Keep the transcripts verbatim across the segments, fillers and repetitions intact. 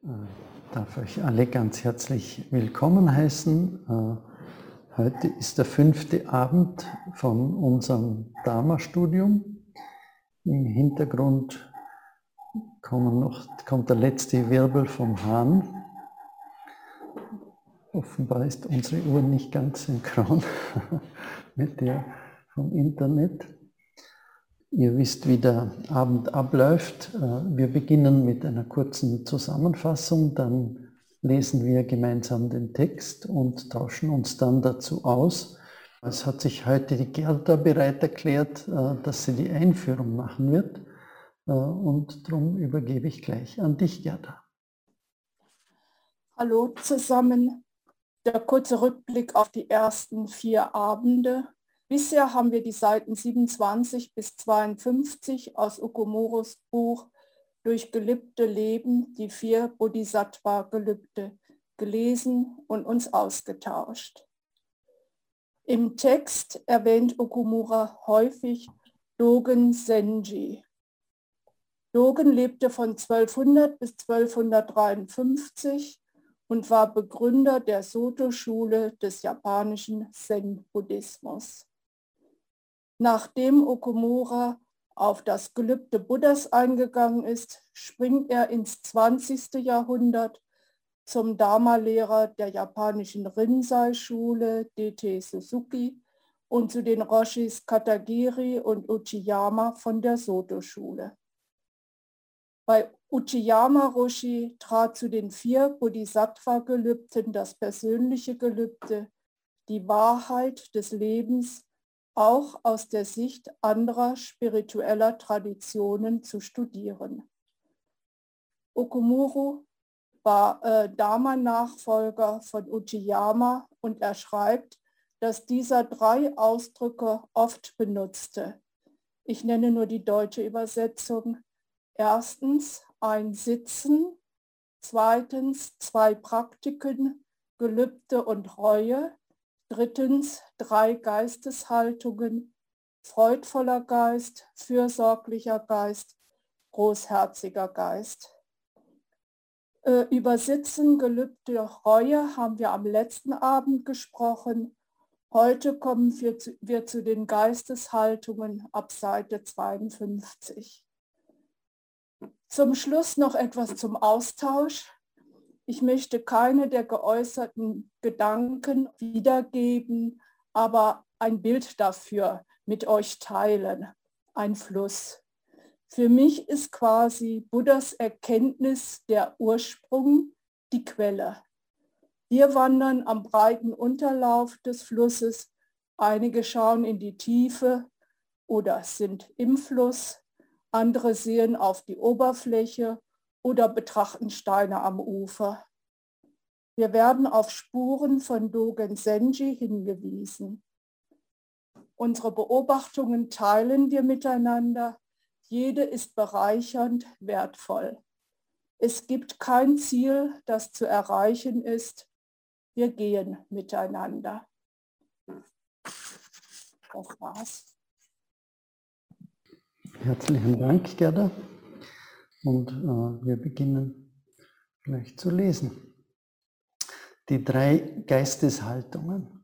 Ich darf euch alle ganz herzlich willkommen heißen. Heute ist der fünfte Abend von unserem Dharma-Studium. Im Hintergrund kommen noch, kommt der letzte Wirbel vom Hahn. Offenbar ist unsere Uhr nicht ganz synchron mit der vom Internet. Ihr wisst, wie der Abend abläuft. Wir beginnen mit einer kurzen Zusammenfassung, dann lesen wir gemeinsam den Text und tauschen uns dann dazu aus. Es hat sich heute die Gerda bereit erklärt, dass sie die Einführung machen wird, und darum übergebe ich gleich an dich, Gerda. Hallo zusammen. Der kurze Rückblick auf die ersten vier Abende. Bisher haben wir die Seiten siebenundzwanzig bis zweiundfünfzig aus Okumurus Buch Durch gelübde Leben, die vier Bodhisattva-Gelübde gelesen und uns ausgetauscht. Im Text erwähnt Okumura häufig Dogen Zenji. Dogen lebte von zwölfhundert bis zwölfhundertdreiundfünfzig und war Begründer der Soto-Schule des japanischen Zen-Buddhismus. Nachdem Okumura auf das Gelübde Buddhas eingegangen ist, springt er ins zwanzigste Jahrhundert zum Dharma-Lehrer der japanischen Rinzai-Schule D T Suzuki und zu den Roshis Katagiri und Uchiyama von der Soto-Schule. Bei Uchiyama Roshi trat zu den vier Bodhisattva-Gelübden das persönliche Gelübde, die Wahrheit des Lebens auch aus der Sicht anderer spiritueller Traditionen zu studieren. Okumura war äh, Dharma-Nachfolger von Uchiyama und er schreibt, dass dieser drei Ausdrücke oft benutzte. Ich nenne nur die deutsche Übersetzung. Erstens ein Sitzen, zweitens zwei Praktiken, Gelübde und Reue, drittens drei Geisteshaltungen, freudvoller Geist, fürsorglicher Geist, großherziger Geist. Äh, über Sitzen, Gelübde, Reue haben wir am letzten Abend gesprochen. Heute kommen wir zu, wir zu den Geisteshaltungen ab Seite zweiundfünfzig. Zum Schluss noch etwas zum Austausch. Ich möchte keine der geäußerten Gedanken wiedergeben, aber ein Bild dafür mit euch teilen, ein Fluss. Für mich ist quasi Buddhas Erkenntnis der Ursprung, die Quelle. Wir wandern am breiten Unterlauf des Flusses, einige schauen in die Tiefe oder sind im Fluss, andere sehen auf die Oberfläche oder betrachten Steine am Ufer. Wir werden auf Spuren von Dogen Zenji hingewiesen. Unsere Beobachtungen teilen wir miteinander. Jede ist bereichernd, wertvoll. Es gibt kein Ziel, das zu erreichen ist. Wir gehen miteinander. Das war's. Herzlichen Dank, Gerda. Und äh, wir beginnen gleich zu lesen. Die drei Geisteshaltungen.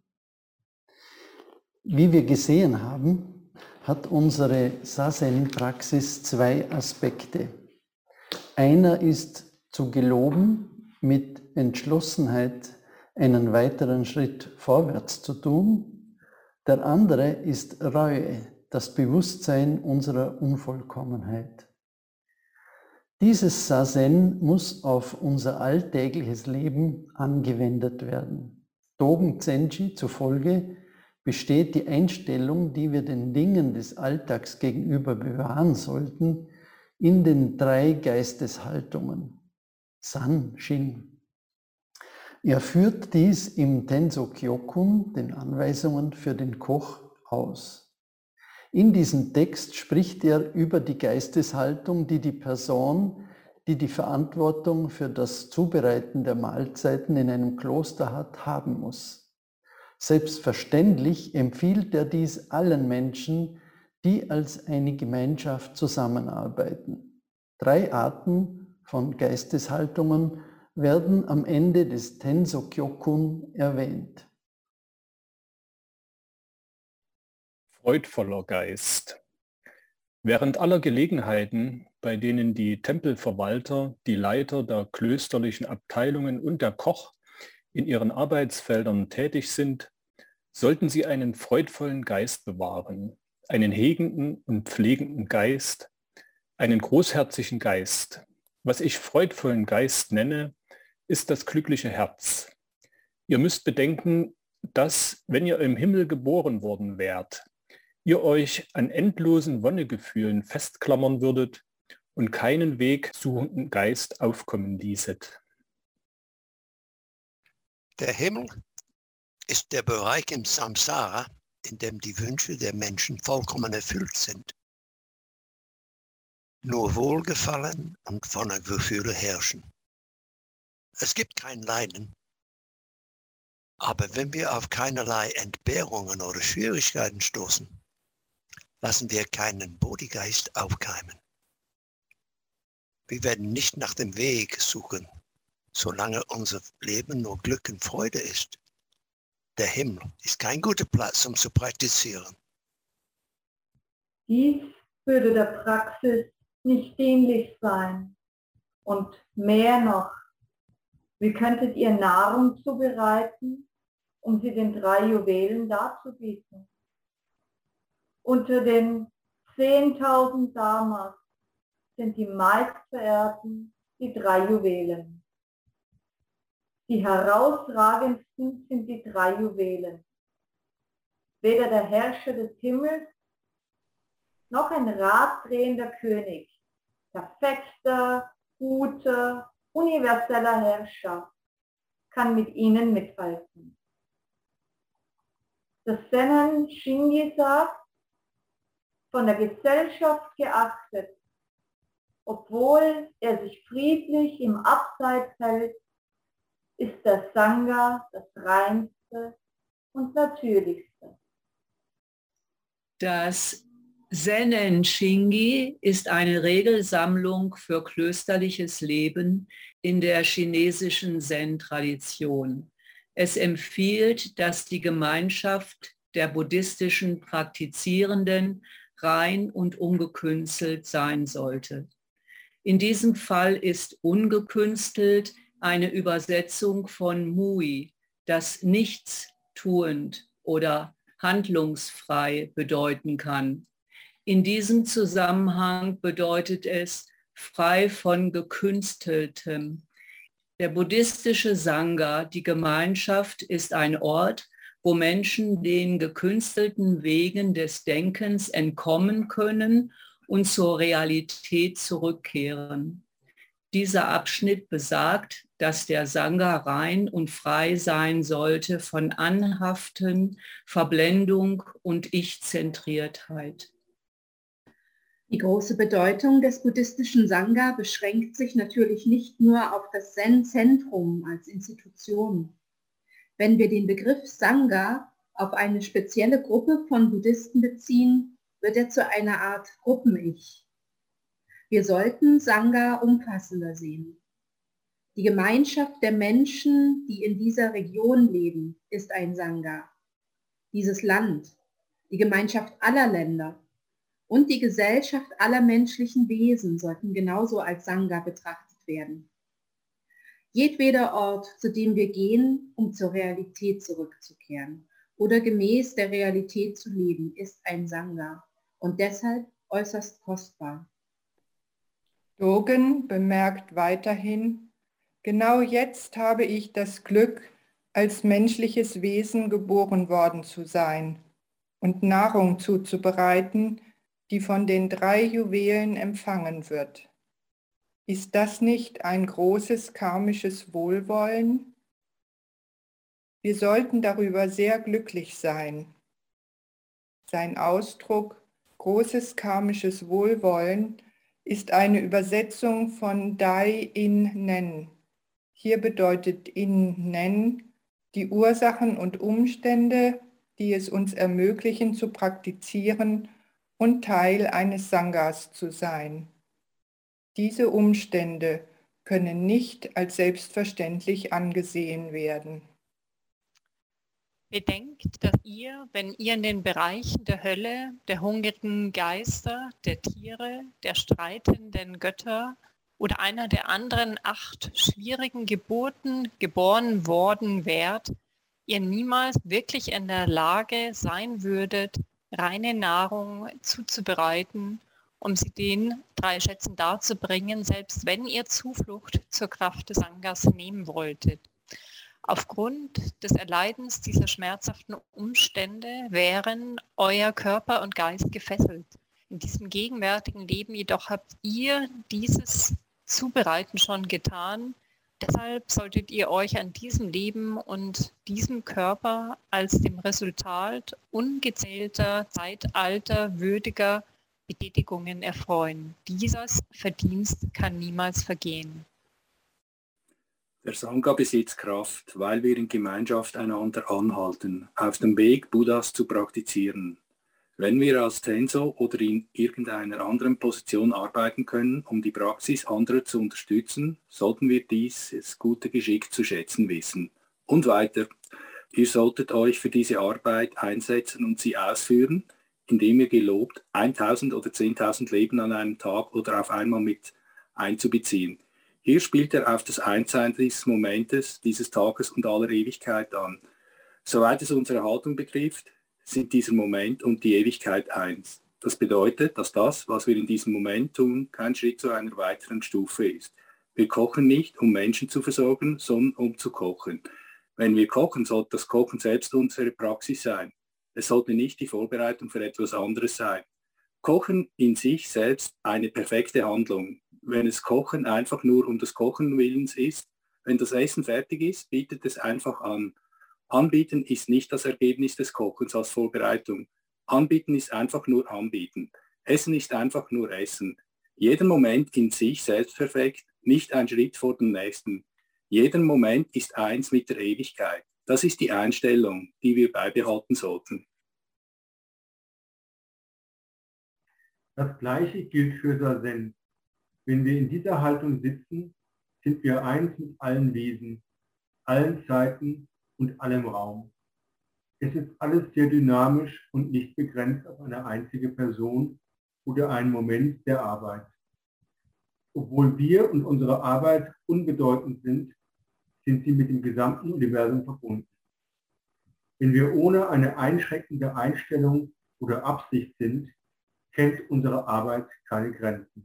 Wie wir gesehen haben, hat unsere Sazen-Praxis zwei Aspekte. Einer ist zu geloben, mit Entschlossenheit einen weiteren Schritt vorwärts zu tun. Der andere ist Reue, das Bewusstsein unserer Unvollkommenheit. Dieses Sazen muss auf unser alltägliches Leben angewendet werden. Dogen Zenji zufolge besteht die Einstellung, die wir den Dingen des Alltags gegenüber bewahren sollten, in den drei Geisteshaltungen. San, Shin. Er führt dies im Tenso Kyokun, den Anweisungen für den Koch, aus. In diesem Text spricht er über die Geisteshaltung, die die Person, die die Verantwortung für das Zubereiten der Mahlzeiten in einem Kloster hat, haben muss. Selbstverständlich empfiehlt er dies allen Menschen, die als eine Gemeinschaft zusammenarbeiten. Drei Arten von Geisteshaltungen werden am Ende des Tensokyokun erwähnt. Freudvoller Geist. Während aller Gelegenheiten, bei denen die Tempelverwalter, die Leiter der klösterlichen Abteilungen und der Koch in ihren Arbeitsfeldern tätig sind, sollten sie einen freudvollen Geist bewahren, einen hegenden und pflegenden Geist, einen großherzigen Geist. Was ich freudvollen Geist nenne, ist das glückliche Herz. Ihr müsst bedenken, dass, wenn ihr im Himmel geboren worden wärt, ihr euch an endlosen Wonnegefühlen festklammern würdet und keinen Weg suchenden Geist aufkommen ließet. Der Himmel ist der Bereich im Samsara, in dem die Wünsche der Menschen vollkommen erfüllt sind. Nur Wohlgefallen und Wonnegefühle herrschen. Es gibt kein Leiden. Aber wenn wir auf keinerlei Entbehrungen oder Schwierigkeiten stoßen, lassen wir keinen Bodhigeist aufkeimen. Wir werden nicht nach dem Weg suchen, solange unser Leben nur Glück und Freude ist. Der Himmel ist kein guter Platz, um zu praktizieren. Dies würde der Praxis nicht dienlich sein. Und mehr noch, wie könntet ihr Nahrung zubereiten, um sie den drei Juwelen darzubieten? Unter den zehntausend Dharmas sind die meistverehrten die drei Juwelen. Die herausragendsten sind die drei Juwelen. Weder der Herrscher des Himmels noch ein raddrehender König, perfekter, guter, universeller Herrscher, kann mit ihnen mithalten. Das Zen Shingi sagt, von der Gesellschaft geachtet, obwohl er sich friedlich im Abseits hält, ist der Sangha das reinste und natürlichste. Das Zen Shingi ist eine Regelsammlung für klösterliches Leben in der chinesischen Zen-Tradition. Es empfiehlt, dass die Gemeinschaft der buddhistischen Praktizierenden rein und ungekünstelt sein sollte. In diesem Fall ist ungekünstelt eine Übersetzung von Mui, das nichtstuend oder handlungsfrei bedeuten kann. In diesem Zusammenhang bedeutet es frei von Gekünsteltem. Der buddhistische Sangha, die Gemeinschaft, ist ein Ort, wo Menschen den gekünstelten Wegen des Denkens entkommen können und zur Realität zurückkehren. Dieser Abschnitt besagt, dass der Sangha rein und frei sein sollte von Anhaften, Verblendung und Ich-Zentriertheit. Die große Bedeutung des buddhistischen Sangha beschränkt sich natürlich nicht nur auf das Zen-Zentrum als Institution. Wenn wir den Begriff Sangha auf eine spezielle Gruppe von Buddhisten beziehen, wird er zu einer Art Gruppen-Ich. Wir sollten Sangha umfassender sehen. Die Gemeinschaft der Menschen, die in dieser Region leben, ist ein Sangha. Dieses Land, die Gemeinschaft aller Länder und die Gesellschaft aller menschlichen Wesen sollten genauso als Sangha betrachtet werden. Jedweder Ort, zu dem wir gehen, um zur Realität zurückzukehren oder gemäß der Realität zu leben, ist ein Sangha und deshalb äußerst kostbar. Dogen bemerkt weiterhin, genau jetzt habe ich das Glück, als menschliches Wesen geboren worden zu sein und Nahrung zuzubereiten, die von den drei Juwelen empfangen wird. Ist das nicht ein großes karmisches Wohlwollen? Wir sollten darüber sehr glücklich sein. Sein Ausdruck großes karmisches Wohlwollen ist eine Übersetzung von Dai In Nen. Hier bedeutet In Nen die Ursachen und Umstände, die es uns ermöglichen zu praktizieren und Teil eines Sanghas zu sein. Diese Umstände können nicht als selbstverständlich angesehen werden. Bedenkt, dass ihr, wenn ihr in den Bereichen der Hölle, der hungrigen Geister, der Tiere, der streitenden Götter oder einer der anderen acht schwierigen Geburten geboren worden wärt, ihr niemals wirklich in der Lage sein würdet, reine Nahrung zuzubereiten, um sie den drei Schätzen darzubringen, selbst wenn ihr Zuflucht zur Kraft des Sanghas nehmen wolltet. Aufgrund des Erleidens dieser schmerzhaften Umstände wären euer Körper und Geist gefesselt. In diesem gegenwärtigen Leben jedoch habt ihr dieses Zubereiten schon getan. Deshalb solltet ihr euch an diesem Leben und diesem Körper als dem Resultat ungezählter Zeitalter würdiger Betätigungen erfreuen. Dieses Verdienst kann niemals vergehen. Der Sangha besitzt Kraft, weil wir in Gemeinschaft einander anhalten, auf dem Weg Buddhas zu praktizieren. Wenn wir als Tenso oder in irgendeiner anderen Position arbeiten können, um die Praxis anderer zu unterstützen, sollten wir dieses gute Geschick zu schätzen wissen. Und weiter, ihr solltet euch für diese Arbeit einsetzen und sie ausführen, indem ihr gelobt, tausend oder zehntausend Leben an einem Tag oder auf einmal mit einzubeziehen. Hier spielt er auf das Einssein dieses Momentes, dieses Tages und aller Ewigkeit an. Soweit es unsere Haltung betrifft, sind dieser Moment und die Ewigkeit eins. Das bedeutet, dass das, was wir in diesem Moment tun, kein Schritt zu einer weiteren Stufe ist. Wir kochen nicht, um Menschen zu versorgen, sondern um zu kochen. Wenn wir kochen, sollte das Kochen selbst unsere Praxis sein. Es sollte nicht die Vorbereitung für etwas anderes sein. Kochen in sich selbst eine perfekte Handlung. Wenn es Kochen einfach nur um des Kochen Willens ist, wenn das Essen fertig ist, bietet es einfach an. Anbieten ist nicht das Ergebnis des Kochens als Vorbereitung. Anbieten ist einfach nur anbieten. Essen ist einfach nur Essen. Jeder Moment in sich selbst perfekt, nicht ein Schritt vor dem nächsten. Jeder Moment ist eins mit der Ewigkeit. Das ist die Einstellung, die wir beibehalten sollten. Das Gleiche gilt für Sazen. Wenn wir in dieser Haltung sitzen, sind wir eins mit allen Wesen, allen Zeiten und allem Raum. Es ist alles sehr dynamisch und nicht begrenzt auf eine einzige Person oder einen Moment der Arbeit. Obwohl wir und unsere Arbeit unbedeutend sind, sind sie mit dem gesamten Universum verbunden. Wenn wir ohne eine einschränkende Einstellung oder Absicht sind, kennt unsere Arbeit keine Grenzen.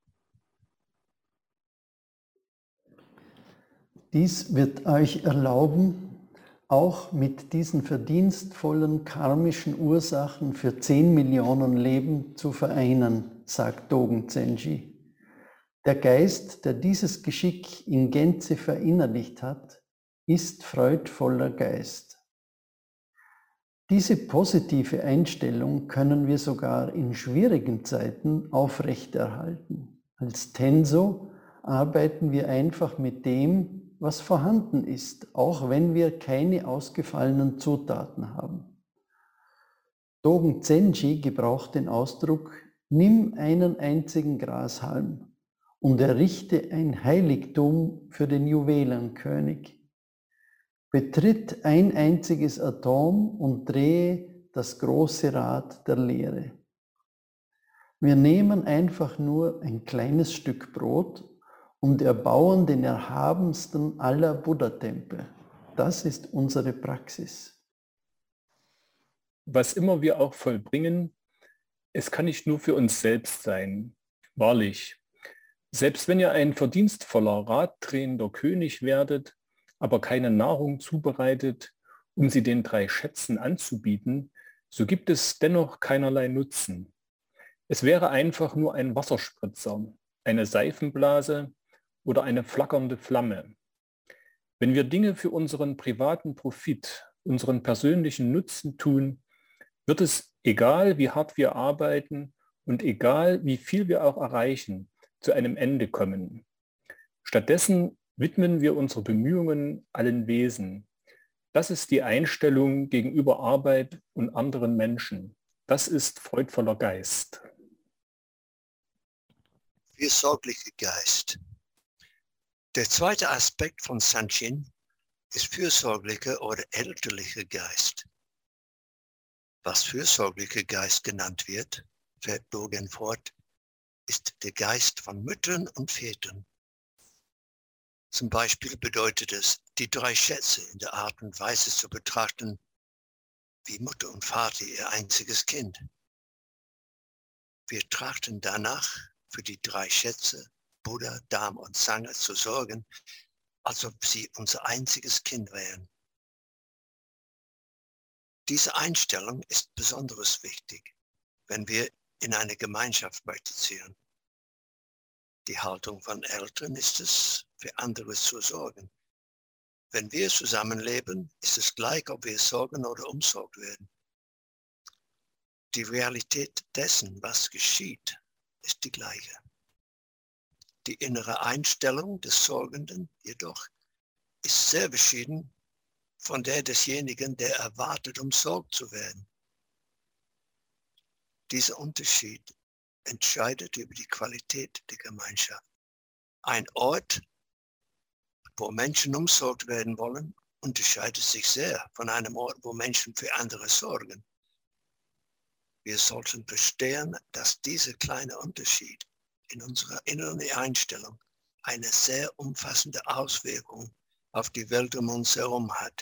Dies wird euch erlauben, auch mit diesen verdienstvollen karmischen Ursachen für zehn Millionen Leben zu vereinen, sagt Dogen Zenji. Der Geist, der dieses Geschick in Gänze verinnerlicht hat, ist freudvoller Geist. Diese positive Einstellung können wir sogar in schwierigen Zeiten aufrechterhalten. Als Tenso arbeiten wir einfach mit dem, was vorhanden ist, auch wenn wir keine ausgefallenen Zutaten haben. Dogen Zenji gebraucht den Ausdruck, nimm einen einzigen Grashalm und errichte ein Heiligtum für den Juwelenkönig. Betritt ein einziges Atom und drehe das große Rad der Lehre. Wir nehmen einfach nur ein kleines Stück Brot und erbauen den erhabensten aller Buddha-Tempel. Das ist unsere Praxis. Was immer wir auch vollbringen, es kann nicht nur für uns selbst sein. Wahrlich, selbst wenn ihr ein verdienstvoller, raddrehender König werdet, aber keine Nahrung zubereitet, um sie den drei Schätzen anzubieten, so gibt es dennoch keinerlei Nutzen. Es wäre einfach nur ein Wasserspritzer, eine Seifenblase oder eine flackernde Flamme. Wenn wir Dinge für unseren privaten Profit, unseren persönlichen Nutzen tun, wird es, egal wie hart wir arbeiten und egal wie viel wir auch erreichen, zu einem Ende kommen. Stattdessen widmen wir unsere Bemühungen allen Wesen. Das ist die Einstellung gegenüber Arbeit und anderen Menschen. Das ist freudvoller Geist. Fürsorglicher Geist. Der zweite Aspekt von Sanshin ist fürsorglicher oder elterlicher Geist. Was fürsorglicher Geist genannt wird, fährt Dogen fort, ist der Geist von Müttern und Vätern. Zum Beispiel bedeutet es, die drei Schätze in der Art und Weise zu betrachten, wie Mutter und Vater ihr einziges Kind. Wir trachten danach, für die drei Schätze, Buddha, Dharma und Sangha, zu sorgen, als ob sie unser einziges Kind wären. Diese Einstellung ist besonders wichtig, wenn wir in einer Gemeinschaft praktizieren. Die Haltung von Eltern ist es, für andere zu sorgen. Wenn wir zusammenleben, ist es gleich, ob wir sorgen oder umsorgt werden. Die Realität dessen, was geschieht, ist die gleiche. Die innere Einstellung des Sorgenden jedoch ist sehr verschieden von der desjenigen, der erwartet, umsorgt zu werden. Dieser Unterschied entscheidet über die Qualität der Gemeinschaft. Ein Ort, wo Menschen umsorgt werden wollen, unterscheidet sich sehr von einem Ort, wo Menschen für andere sorgen. Wir sollten verstehen, dass dieser kleine Unterschied in unserer inneren Einstellung eine sehr umfassende Auswirkung auf die Welt um uns herum hat.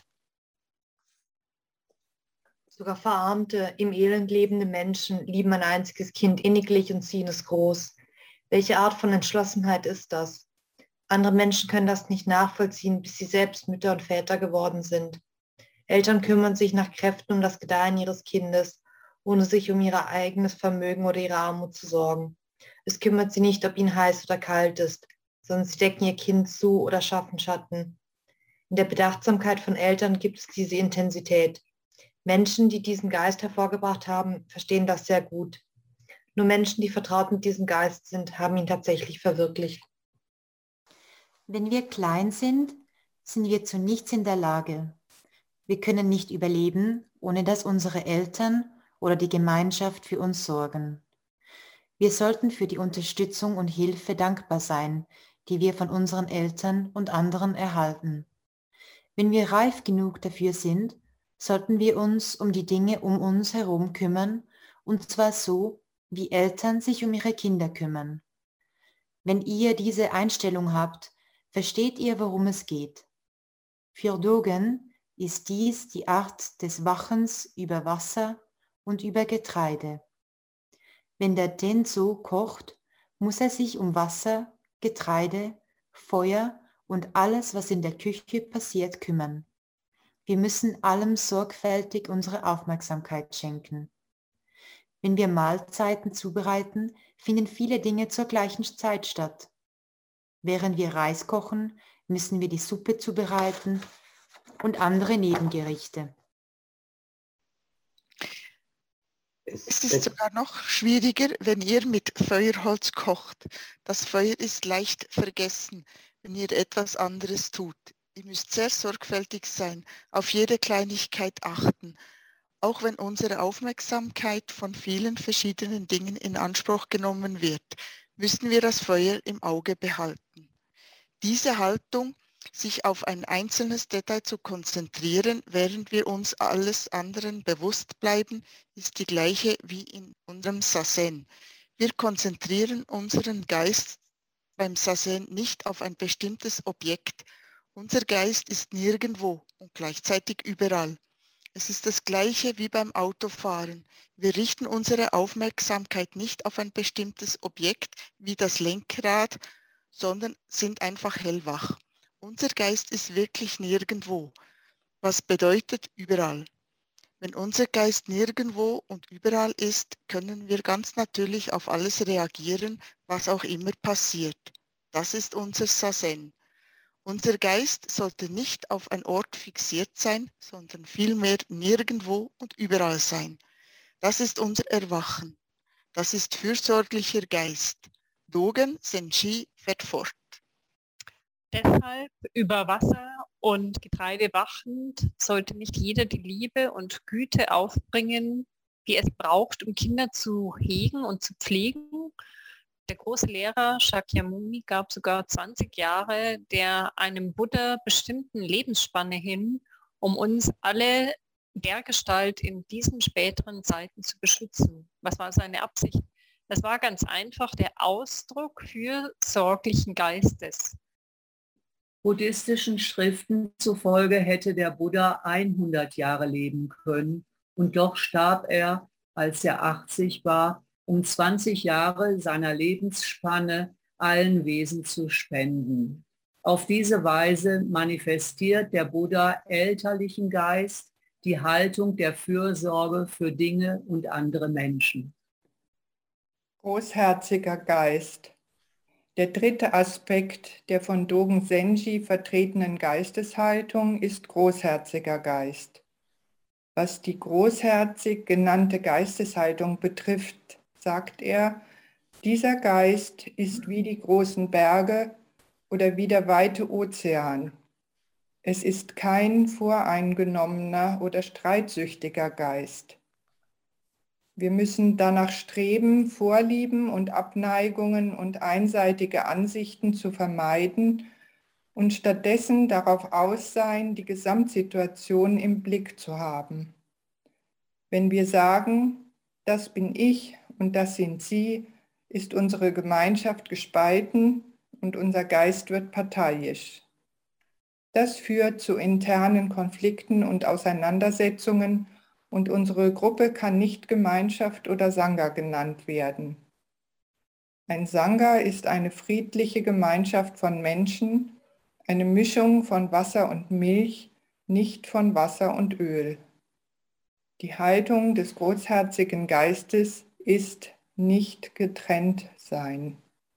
Sogar verarmte, im Elend lebende Menschen lieben ein einziges Kind inniglich und ziehen es groß. Welche Art von Entschlossenheit ist das? Andere Menschen können das nicht nachvollziehen, bis sie selbst Mütter und Väter geworden sind. Eltern kümmern sich nach Kräften um das Gedeihen ihres Kindes, ohne sich um ihr eigenes Vermögen oder ihre Armut zu sorgen. Es kümmert sie nicht, ob ihnen heiß oder kalt ist, sondern sie decken ihr Kind zu oder schaffen Schatten. In der Bedachtsamkeit von Eltern gibt es diese Intensität. Menschen, die diesen Geist hervorgebracht haben, verstehen das sehr gut. Nur Menschen, die vertraut mit diesem Geist sind, haben ihn tatsächlich verwirklicht. Wenn wir klein sind, sind wir zu nichts in der Lage. Wir können nicht überleben, ohne dass unsere Eltern oder die Gemeinschaft für uns sorgen. Wir sollten für die Unterstützung und Hilfe dankbar sein, die wir von unseren Eltern und anderen erhalten. Wenn wir reif genug dafür sind, sollten wir uns um die Dinge um uns herum kümmern, und zwar so, wie Eltern sich um ihre Kinder kümmern. Wenn ihr diese Einstellung habt, versteht ihr, worum es geht. Für Dogen ist dies die Art des Wachens über Wasser und über Getreide. Wenn der Tenzo kocht, muss er sich um Wasser, Getreide, Feuer und alles, was in der Küche passiert, kümmern. Wir müssen allem sorgfältig unsere Aufmerksamkeit schenken. Wenn wir Mahlzeiten zubereiten, finden viele Dinge zur gleichen Zeit statt. Während wir Reis kochen, müssen wir die Suppe zubereiten und andere Nebengerichte. Es ist sogar noch schwieriger, wenn ihr mit Feuerholz kocht. Das Feuer ist leicht vergessen, wenn ihr etwas anderes tut. Ihr müsst sehr sorgfältig sein, auf jede Kleinigkeit achten. Auch wenn unsere Aufmerksamkeit von vielen verschiedenen Dingen in Anspruch genommen wird, müssen wir das Feuer im Auge behalten. Diese Haltung, sich auf ein einzelnes Detail zu konzentrieren, während wir uns alles anderen bewusst bleiben, ist die gleiche wie in unserem Sazen. Wir konzentrieren unseren Geist beim Sazen nicht auf ein bestimmtes Objekt. Unser Geist ist nirgendwo und gleichzeitig überall. Es ist das Gleiche wie beim Autofahren. Wir richten unsere Aufmerksamkeit nicht auf ein bestimmtes Objekt wie das Lenkrad, sondern sind einfach hellwach. Unser Geist ist wirklich nirgendwo, was bedeutet überall. Wenn unser Geist nirgendwo und überall ist, können wir ganz natürlich auf alles reagieren, was auch immer passiert. Das ist unser Sazen. Unser Geist sollte nicht auf einen Ort fixiert sein, sondern vielmehr nirgendwo und überall sein. Das ist unser Erwachen. Das ist fürsorglicher Geist. Dogen Zenji fährt fort. Deshalb über Wasser und Getreide wachend sollte nicht jeder die Liebe und Güte aufbringen, die es braucht, um Kinder zu hegen und zu pflegen, Der große Lehrer Shakyamuni gab sogar zwanzig Jahre der einem Buddha bestimmten Lebensspanne hin, um uns alle dergestalt in diesen späteren Zeiten zu beschützen. Was war seine Absicht? Das war ganz einfach der Ausdruck für sorglichen Geistes. Buddhistischen Schriften zufolge hätte der Buddha hundert Jahre leben können und doch starb er, als er achtzig war, um zwanzig Jahre seiner Lebensspanne allen Wesen zu spenden. Auf diese Weise manifestiert der Buddha elterlichen Geist, die Haltung der Fürsorge für Dinge und andere Menschen. Großherziger Geist. Der dritte Aspekt der von Dogen Zenji vertretenen Geisteshaltung ist großherziger Geist. Was die großherzig genannte Geisteshaltung betrifft, sagt er, dieser Geist ist wie die großen Berge oder wie der weite Ozean. Es ist kein voreingenommener oder streitsüchtiger Geist. Wir müssen danach streben, Vorlieben und Abneigungen und einseitige Ansichten zu vermeiden und stattdessen darauf aus sein, die Gesamtsituation im Blick zu haben. Wenn wir sagen, das bin ich und das sind Sie, ist unsere Gemeinschaft gespalten und unser Geist wird parteiisch. Das führt zu internen Konflikten und Auseinandersetzungen und unsere Gruppe kann nicht Gemeinschaft oder Sangha genannt werden. Ein Sangha ist eine friedliche Gemeinschaft von Menschen, eine Mischung von Wasser und Milch, nicht von Wasser und Öl. Die Haltung des großherzigen Geistes ist nicht getrennt sein.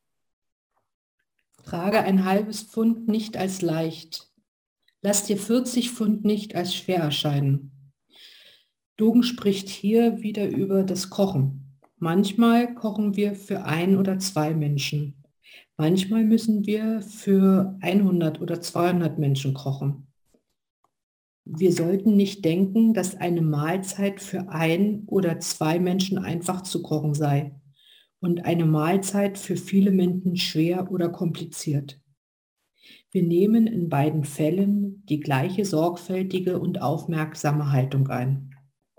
Trage ein halbes Pfund nicht als leicht. Lass dir vierzig Pfund nicht als schwer erscheinen. Dogen spricht hier wieder über das Kochen. Manchmal kochen wir für ein oder zwei Menschen. Manchmal müssen wir für hundert oder zweihundert Menschen kochen. Wir sollten nicht denken, dass eine Mahlzeit für ein oder zwei Menschen einfach zu kochen sei und eine Mahlzeit für viele Menschen schwer oder kompliziert. Wir nehmen in beiden Fällen die gleiche sorgfältige und aufmerksame Haltung ein.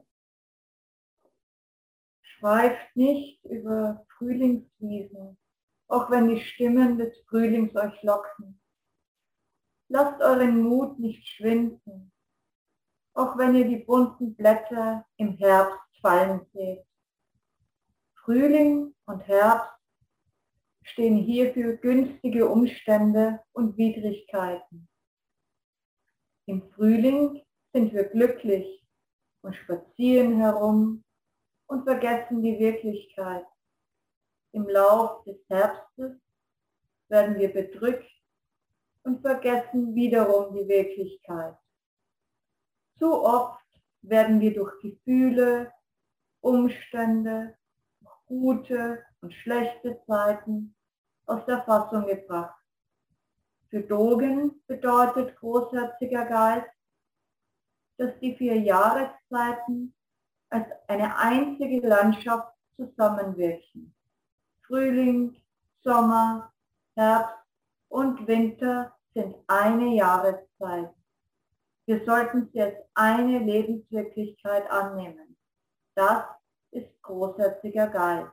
Schweift nicht über Frühlingswiesen, auch wenn die Stimmen des Frühlings euch locken. Lasst euren Mut nicht schwinden, auch wenn ihr die bunten Blätter im Herbst fallen seht. Frühling und Herbst stehen hier für günstige Umstände und Widrigkeiten. Im Frühling sind wir glücklich und spazieren herum und vergessen die Wirklichkeit. Im Lauf des Herbstes werden wir bedrückt und vergessen wiederum die Wirklichkeit. Zu oft werden wir durch Gefühle, Umstände, gute und schlechte Zeiten aus der Fassung gebracht. Für Dogen bedeutet großherziger Geist, dass die vier Jahreszeiten als eine einzige Landschaft zusammenwirken. Frühling, Sommer, Herbst und Winter sind eine Jahreszeit. Wir sollten sie als eine Lebenswirklichkeit annehmen. Das ist großherziger Geist.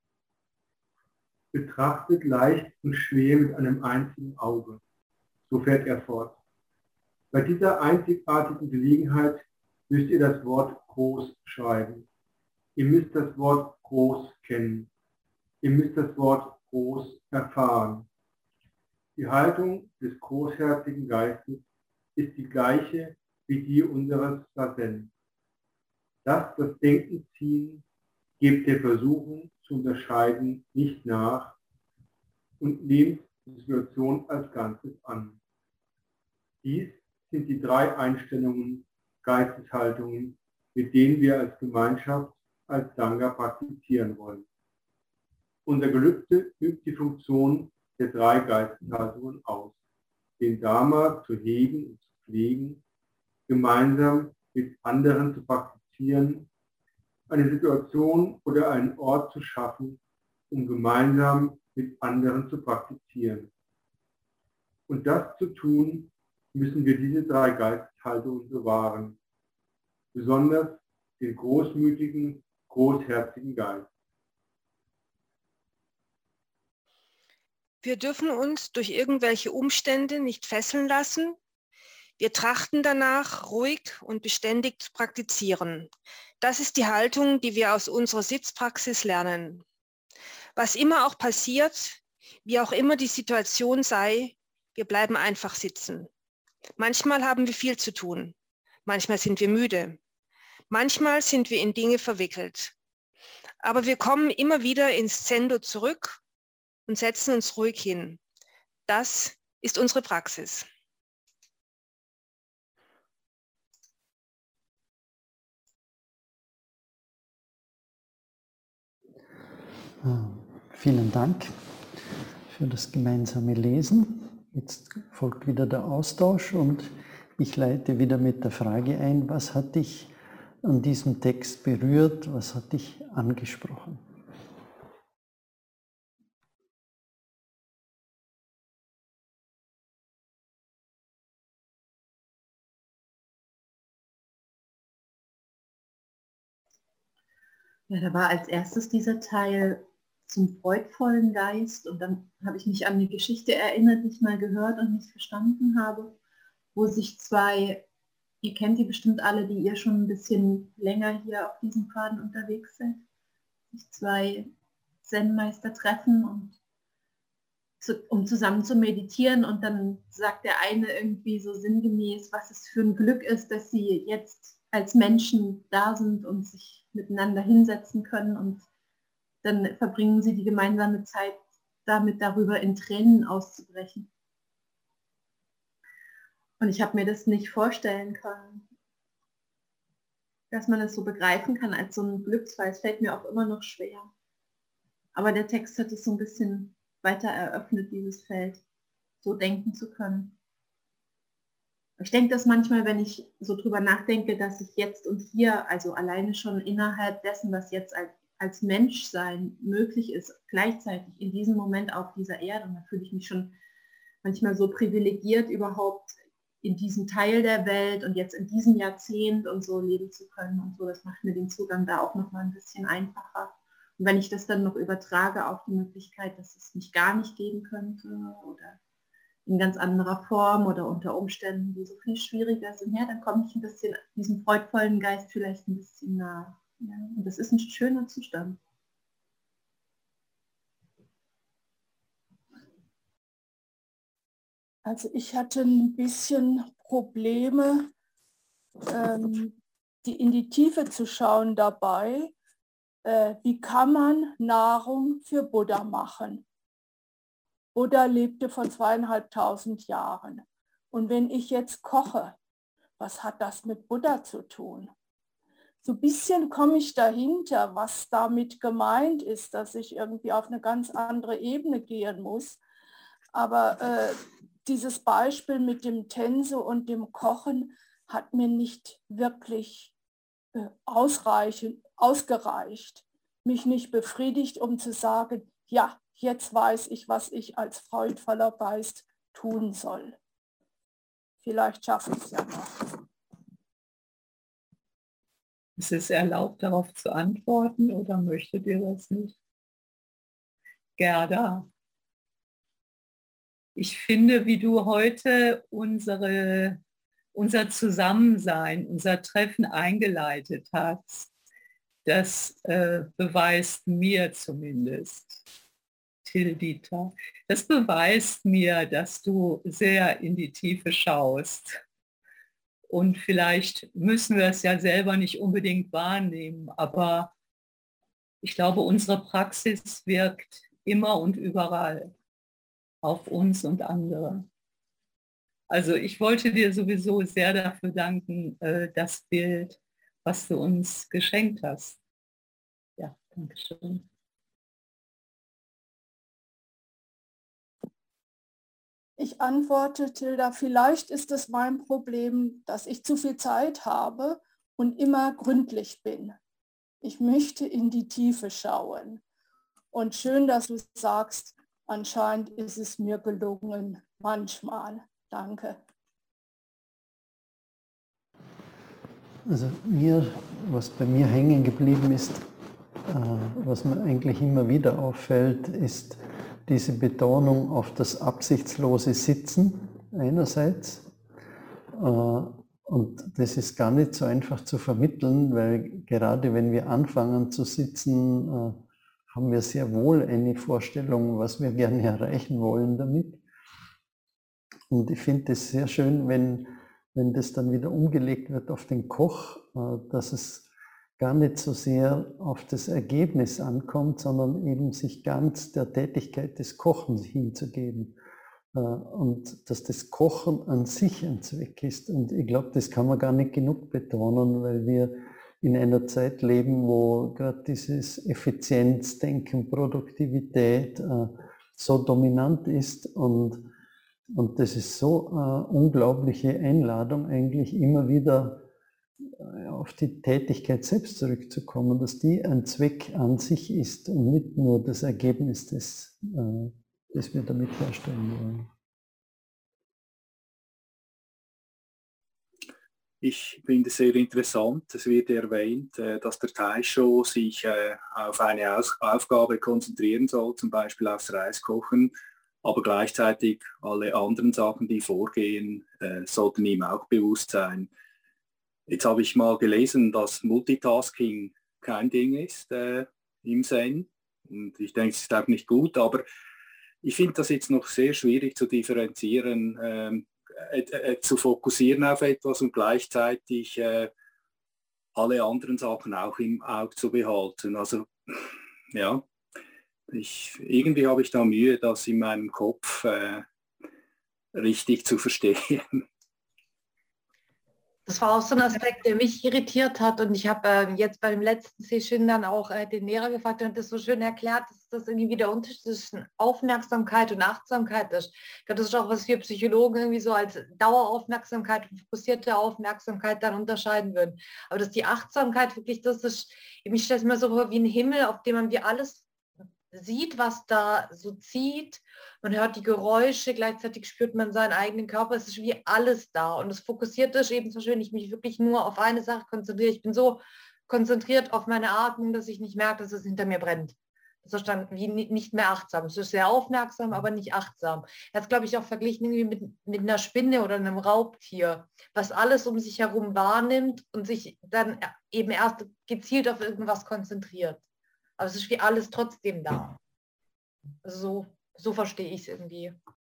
Betrachtet leicht und schwer mit einem einzigen Auge. So fährt er fort. Bei dieser einzigartigen Gelegenheit müsst ihr das Wort groß schreiben. Ihr müsst das Wort groß kennen. Ihr müsst das Wort groß erfahren. Die Haltung des großherzigen Geistes ist die gleiche wie die unseres Sazen. Lasst das Denken ziehen, gebt der Versuchung zu unterscheiden nicht nach und nehmt die Situation als Ganzes an. Dies sind die drei Einstellungen, Geisteshaltungen, mit denen wir als Gemeinschaft, als Sangha praktizieren wollen. Unser Gelübde übt die Funktion der drei Geisteshaltungen aus, den Dharma zu hegen und zu pflegen, gemeinsam mit anderen zu praktizieren, eine Situation oder einen Ort zu schaffen, um gemeinsam mit anderen zu praktizieren. Und das zu tun, müssen wir diese drei Geisteshaltungen bewahren, besonders den großmütigen, großherzigen Geist. Wir dürfen uns durch irgendwelche Umstände nicht fesseln lassen. Wir trachten danach, ruhig und beständig zu praktizieren. Das ist die Haltung, die wir aus unserer Sitzpraxis lernen. Was immer auch passiert, wie auch immer die Situation sei, wir bleiben einfach sitzen. Manchmal haben wir viel zu tun. Manchmal sind wir müde. Manchmal sind wir in Dinge verwickelt. Aber wir kommen immer wieder ins Zendo zurück und setzen uns ruhig hin. Das ist unsere Praxis. Vielen Dank für das gemeinsame Lesen. Jetzt folgt wieder der Austausch und ich leite wieder mit der Frage ein, was hat dich an diesem Text berührt, was hat dich angesprochen? Ja, da war als erstes dieser Teil zum freudvollen Geist und dann habe ich mich an eine Geschichte erinnert, die ich mal gehört und nicht verstanden habe, wo sich zwei, ihr kennt die bestimmt alle, die ihr schon ein bisschen länger hier auf diesem Pfaden unterwegs seid, sich zwei Zen-Meister treffen, und zu, um zusammen zu meditieren, und dann sagt der eine irgendwie so sinngemäß, was es für ein Glück ist, dass sie jetzt als Menschen da sind und sich miteinander hinsetzen können, und dann verbringen sie die gemeinsame Zeit damit, darüber in Tränen auszubrechen. Und ich habe mir das nicht vorstellen können, dass man das so begreifen kann als so ein Glücksfall. Es fällt mir auch immer noch schwer. Aber der Text hat es so ein bisschen weiter eröffnet, dieses Feld, so denken zu können. Ich denke das manchmal, wenn ich so drüber nachdenke, dass ich jetzt und hier, also alleine schon innerhalb dessen, was jetzt als, als Menschsein möglich ist, gleichzeitig in diesem Moment auf dieser Erde, und da fühle ich mich schon manchmal so privilegiert, überhaupt in diesem Teil der Welt und jetzt in diesem Jahrzehnt und so leben zu können und so. Das macht mir den Zugang da auch noch mal ein bisschen einfacher. Und wenn ich das dann noch übertrage auf die Möglichkeit, dass es mich gar nicht geben könnte oder in ganz anderer Form oder unter Umständen, die so viel schwieriger sind, ja, dann komme ich ein bisschen diesem freudvollen Geist vielleicht ein bisschen nahe. Ja. Und das ist ein schöner Zustand. Also ich hatte ein bisschen Probleme, ähm, die in die Tiefe zu schauen dabei. Äh, wie kann man Nahrung für Buddha machen? Buddha lebte vor zweieinhalbtausend Jahren. Und wenn ich jetzt koche, was hat das mit Buddha zu tun? So ein bisschen komme ich dahinter, was damit gemeint ist, dass ich irgendwie auf eine ganz andere Ebene gehen muss. Aber äh, dieses Beispiel mit dem Tenso und dem Kochen hat mir nicht wirklich äh, ausreichend, ausgereicht, mich nicht befriedigt, um zu sagen, ja, jetzt weiß ich, was ich als freudvoller Geist tun soll. Vielleicht schaffe ich es ja noch. Ist es erlaubt, darauf zu antworten, oder möchtet ihr das nicht? Gerda, ich finde, wie du heute unsere, unser Zusammensein, unser Treffen eingeleitet hast, das äh, beweist mir zumindest, Tildita, das beweist mir, dass du sehr in die Tiefe schaust. Und vielleicht müssen wir es ja selber nicht unbedingt wahrnehmen, aber ich glaube, unsere Praxis wirkt immer und überall auf uns und andere. Also ich wollte dir sowieso sehr dafür danken, das Bild, was du uns geschenkt hast. Ja, danke schön. Ich antworte, Tilda, vielleicht ist es mein Problem, dass ich zu viel Zeit habe und immer gründlich bin. Ich möchte in die Tiefe schauen. Und schön, dass du sagst, anscheinend ist es mir gelungen, manchmal. Danke. Also mir, was bei mir hängen geblieben ist, was mir eigentlich immer wieder auffällt, ist diese Betonung auf das absichtslose Sitzen einerseits. Und das ist gar nicht so einfach zu vermitteln, weil gerade wenn wir anfangen zu sitzen, haben wir sehr wohl eine Vorstellung, was wir gerne erreichen wollen damit. Und ich finde es sehr schön, wenn, wenn das dann wieder umgelegt wird auf den Koch, dass es gar nicht so sehr auf das Ergebnis ankommt, sondern eben sich ganz der Tätigkeit des Kochens hinzugeben. Und dass das Kochen an sich ein Zweck ist. Und ich glaube, das kann man gar nicht genug betonen, weil wir in einer Zeit leben, wo gerade dieses Effizienzdenken, Produktivität so dominant ist. Und, und das ist so eine unglaubliche Einladung, eigentlich immer wieder auf die Tätigkeit selbst zurückzukommen, dass die ein Zweck an sich ist und nicht nur das Ergebnis, das, das wir damit herstellen wollen. Ich finde es sehr interessant, es wird erwähnt, dass der Taisho sich auf eine Aufgabe konzentrieren soll, zum Beispiel aufs Reiskochen, aber gleichzeitig alle anderen Sachen, die vorgehen, sollten ihm auch bewusst sein. Jetzt habe ich mal gelesen, dass Multitasking kein Ding ist äh, im Zen. Und ich denke, es ist auch nicht gut, aber ich finde das jetzt noch sehr schwierig zu differenzieren, ähm, äh, äh, zu fokussieren auf etwas und gleichzeitig äh, alle anderen Sachen auch im Auge zu behalten. Also ja, ich, irgendwie habe ich da Mühe, das in meinem Kopf äh, richtig zu verstehen. Das war auch so ein Aspekt, der mich irritiert hat, und ich habe äh, jetzt bei dem letzten Session dann auch äh, den Lehrer gefragt und das so schön erklärt, dass das irgendwie der Unterschied zwischen Aufmerksamkeit und Achtsamkeit ist. Ich glaube, das ist auch, was wir Psychologen irgendwie so als Daueraufmerksamkeit und fokussierte Aufmerksamkeit dann unterscheiden würden. Aber dass die Achtsamkeit wirklich, das ist, ich stelle es mir so vor wie ein Himmel, auf dem man wie alles sieht, was da so zieht. Man hört die Geräusche, gleichzeitig spürt man seinen eigenen Körper. Es ist wie alles da. Und das Fokussierte ist eben so schön, ich mich wirklich nur auf eine Sache konzentriere. Ich bin so konzentriert auf meine Atmung, dass ich nicht merke, dass es hinter mir brennt. Das ist dann wie nicht mehr achtsam. Es ist sehr aufmerksam, aber nicht achtsam. Das glaube ich auch verglichen irgendwie mit, mit einer Spinne oder einem Raubtier, was alles um sich herum wahrnimmt und sich dann eben erst gezielt auf irgendwas konzentriert. Aber es ist wie alles trotzdem da. Also so, so verstehe ich es irgendwie.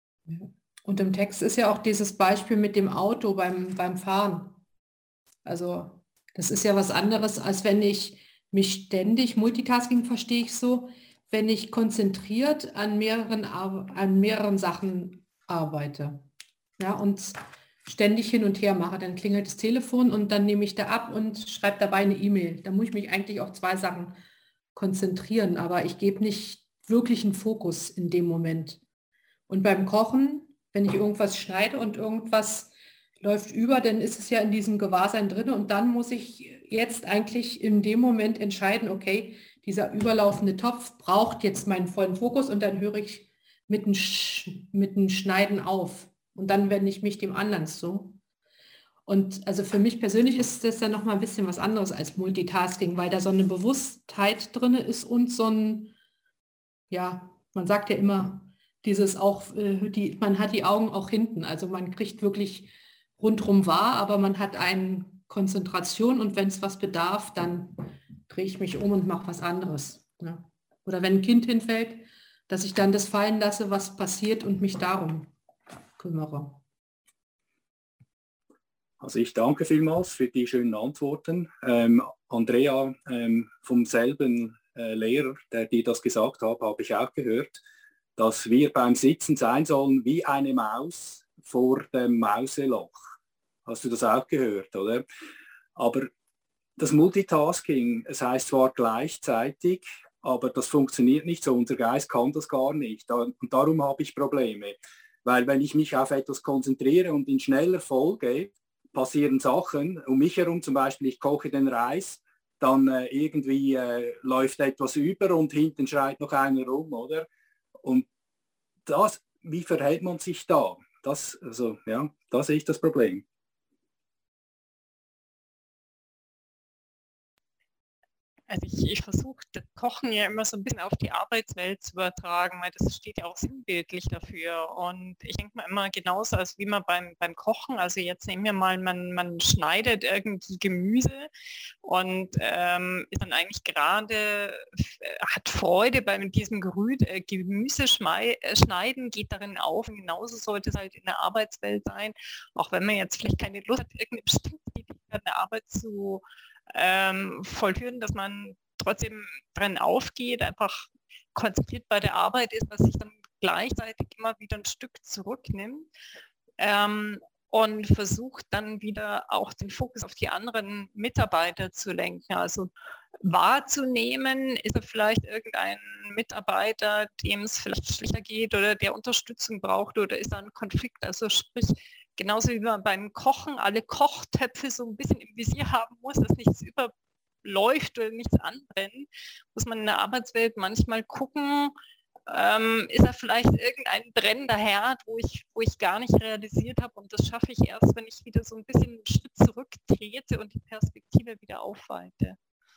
Und im Text ist ja auch dieses Beispiel mit dem Auto beim, beim Fahren. Also das ist ja was anderes, als wenn ich mich ständig, Multitasking verstehe ich so, wenn ich konzentriert an mehreren, an mehreren Sachen arbeite. Ja, und ständig hin und her mache. Dann klingelt das Telefon und dann nehme ich da ab und schreibe dabei eine E-Mail. Da muss ich mich eigentlich auf zwei Sachen konzentrieren, aber ich gebe nicht wirklich einen Fokus in dem Moment. Und beim Kochen, wenn ich irgendwas schneide und irgendwas läuft über, dann ist es ja in diesem Gewahrsein drin und dann muss ich jetzt eigentlich in dem Moment entscheiden, okay, dieser überlaufende Topf braucht jetzt meinen vollen Fokus und dann höre ich mit dem, Sch- mit dem Schneiden auf und dann wende ich mich dem anderen zu. Und also für mich persönlich ist das dann nochmal ein bisschen was anderes als Multitasking, weil da so eine Bewusstheit drin ist und so ein, ja, man sagt ja immer, dieses auch, äh, die, man hat die Augen auch hinten, also man kriegt wirklich rundherum wahr, aber man hat eine Konzentration und wenn es was bedarf, dann drehe ich mich um und mache was anderes. Ne? Oder wenn ein Kind hinfällt, dass ich dann das fallen lasse, was passiert und mich darum kümmere. Also ich danke vielmals für die schönen Antworten. Ähm, Andrea, ähm, vom selben äh, Lehrer, der dir das gesagt hat, habe ich auch gehört, dass wir beim Sitzen sein sollen wie eine Maus vor dem Mauseloch. Hast du das auch gehört, oder? Aber das Multitasking, es heißt zwar gleichzeitig, aber das funktioniert nicht so. Unser Geist kann das gar nicht. Und darum habe ich Probleme. Weil wenn ich mich auf etwas konzentriere und in schneller Folge passieren Sachen, um mich herum zum Beispiel, ich koche den Reis, dann äh, irgendwie äh, läuft etwas über und hinten schreit noch einer rum, oder? Und das, wie verhält man sich da? Das, also, ja, da sehe ich das Problem. Also ich, ich versuche das Kochen ja immer so ein bisschen auf die Arbeitswelt zu übertragen, weil das steht ja auch sinnbildlich dafür. Und ich denke mal immer genauso, als wie man beim, beim Kochen, also jetzt nehmen wir mal, man, man schneidet irgendwie Gemüse und ähm, ist dann eigentlich gerade, hat Freude bei diesem Gerüht, äh, Gemüse schneiden, geht darin auf. Und genauso sollte es halt in der Arbeitswelt sein, auch wenn man jetzt vielleicht keine Lust hat, irgendeine bestimmte Tätigkeit in der Arbeit zu Ähm, vollführen, dass man trotzdem drin aufgeht, einfach konzentriert bei der Arbeit ist, dass sich dann gleichzeitig immer wieder ein Stück zurücknimmt ähm, und versucht dann wieder auch den Fokus auf die anderen Mitarbeiter zu lenken. Also wahrzunehmen, ist er vielleicht irgendein Mitarbeiter, dem es vielleicht schlechter geht oder der Unterstützung braucht oder ist da ein Konflikt, also sprich, genauso wie man beim Kochen alle Kochtöpfe so ein bisschen im Visier haben muss, dass nichts überläuft oder nichts anbrennt, muss man in der Arbeitswelt manchmal gucken, ähm, ist da vielleicht irgendein brennender Herd, wo ich, wo ich gar nicht realisiert habe und das schaffe ich erst, wenn ich wieder so ein bisschen einen Schritt zurücktrete und die Perspektive wieder aufweite.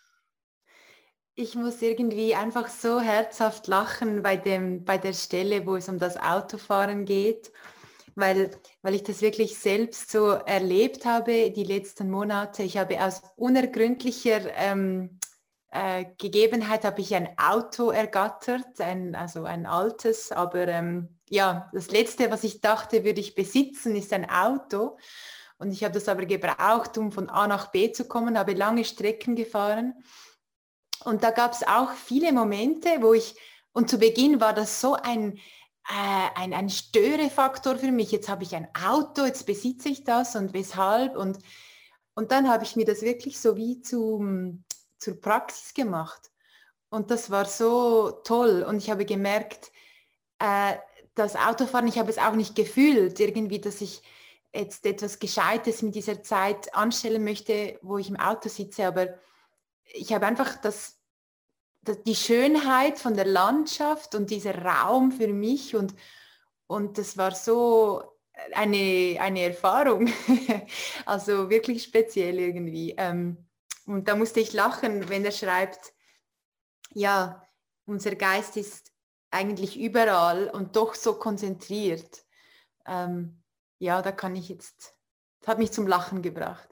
Ich muss irgendwie einfach so herzhaft lachen bei, dem, bei der Stelle, wo es um das Autofahren geht. Weil, weil ich das wirklich selbst so erlebt habe die letzten Monate. Ich habe aus unergründlicher ähm, äh, Gegebenheit habe ich ein Auto ergattert, ein, also ein altes, aber ähm, ja, das Letzte, was ich dachte, würde ich besitzen, ist ein Auto. Und ich habe das aber gebraucht, um von A nach B zu kommen, habe lange Strecken gefahren. Und da gab es auch viele Momente, wo ich, und zu Beginn war das so ein Ein, ein Störefaktor für mich. Jetzt habe ich ein Auto, jetzt besitze ich das und weshalb. Und, und dann habe ich mir das wirklich so wie zum, zur Praxis gemacht. Und das war so toll. Und ich habe gemerkt, äh, das Autofahren, ich habe es auch nicht gefühlt, irgendwie, dass ich jetzt etwas Gescheites mit dieser Zeit anstellen möchte, wo ich im Auto sitze. Aber ich habe einfach das die Schönheit von der Landschaft und dieser Raum für mich und, und das war so eine, eine Erfahrung, also wirklich speziell irgendwie. Und da musste ich lachen, wenn er schreibt, ja, unser Geist ist eigentlich überall und doch so konzentriert. Ähm, ja, da kann ich jetzt, das hat mich zum Lachen gebracht.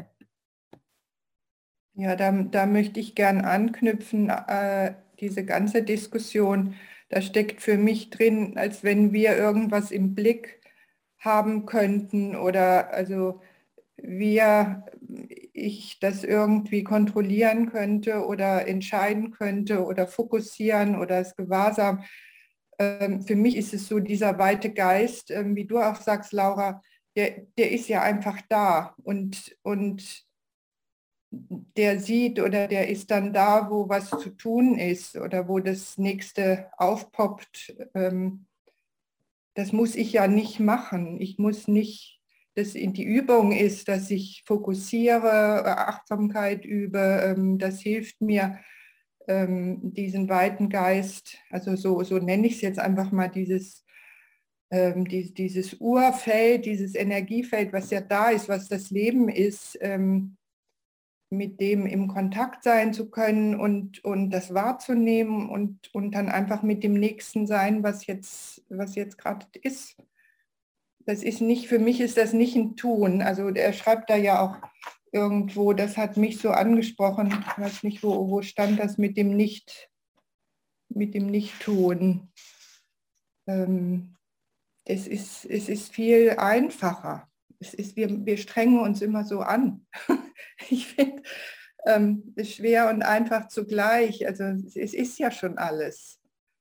Ja, da, da möchte ich gern anknüpfen, äh, diese ganze Diskussion, da steckt für mich drin, als wenn wir irgendwas im Blick haben könnten oder also wir, ich das irgendwie kontrollieren könnte oder entscheiden könnte oder fokussieren oder das Gewahrsam. Ähm, für mich ist es so dieser weite Geist, ähm, wie du auch sagst, Laura, der, der ist ja einfach da und, und der sieht oder der ist dann da, wo was zu tun ist oder wo das nächste aufpoppt. Das muss ich ja nicht machen. Ich muss nicht, dass in die Übung ist, dass ich fokussiere, Achtsamkeit übe. Das hilft mir, diesen weiten Geist, also so, so nenne ich es jetzt einfach mal, dieses, dieses Urfeld, dieses Energiefeld, was ja da ist, was das Leben ist, mit dem im Kontakt sein zu können und, und das wahrzunehmen und, und dann einfach mit dem Nächsten sein, was jetzt, was jetzt gerade ist. Das ist nicht, für mich ist das nicht ein Tun. Also er schreibt da ja auch irgendwo, das hat mich so angesprochen, ich weiß nicht, wo, wo stand das mit dem Nicht, mit dem Nicht-Tun. Ähm, es ist, es ist viel einfacher. Es ist, wir, wir strengen uns immer so an. Ich finde ähm, es schwer und einfach zugleich. Also es ist ja schon alles.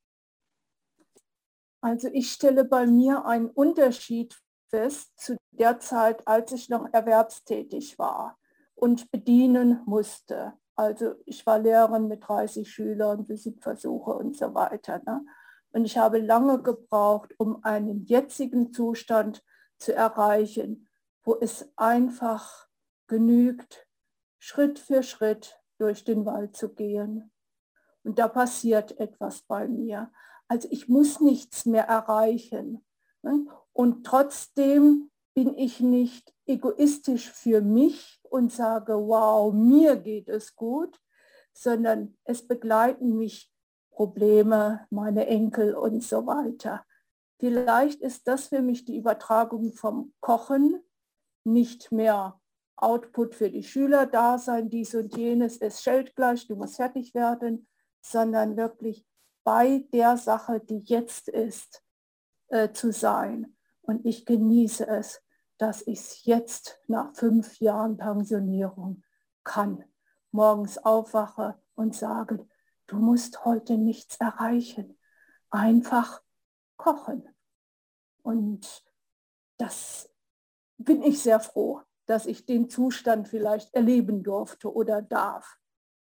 Also ich stelle bei mir einen Unterschied fest zu der Zeit, als ich noch erwerbstätig war und bedienen musste. Also ich war Lehrerin mit dreißig Schülern, Physikversuche und so weiter. Ne? Und ich habe lange gebraucht, um einen jetzigen Zustand zu erreichen, wo es einfach genügt, Schritt für Schritt durch den Wald zu gehen. Und da passiert etwas bei mir. Also ich muss nichts mehr erreichen. Und trotzdem bin ich nicht egoistisch für mich und sage, wow, mir geht es gut, sondern es begleiten mich Probleme, meine Enkel und so weiter. Vielleicht ist das für mich die Übertragung vom Kochen, nicht mehr Output für die Schüler da sein, dies und jenes, es schellt gleich, du musst fertig werden, sondern wirklich bei der Sache, die jetzt ist, äh, zu sein. Und ich genieße es, dass ich es jetzt nach fünf Jahren Pensionierung kann. Morgens aufwache und sage, du musst heute nichts erreichen, einfach kochen. Und das bin ich sehr froh, dass ich den Zustand vielleicht erleben durfte oder darf.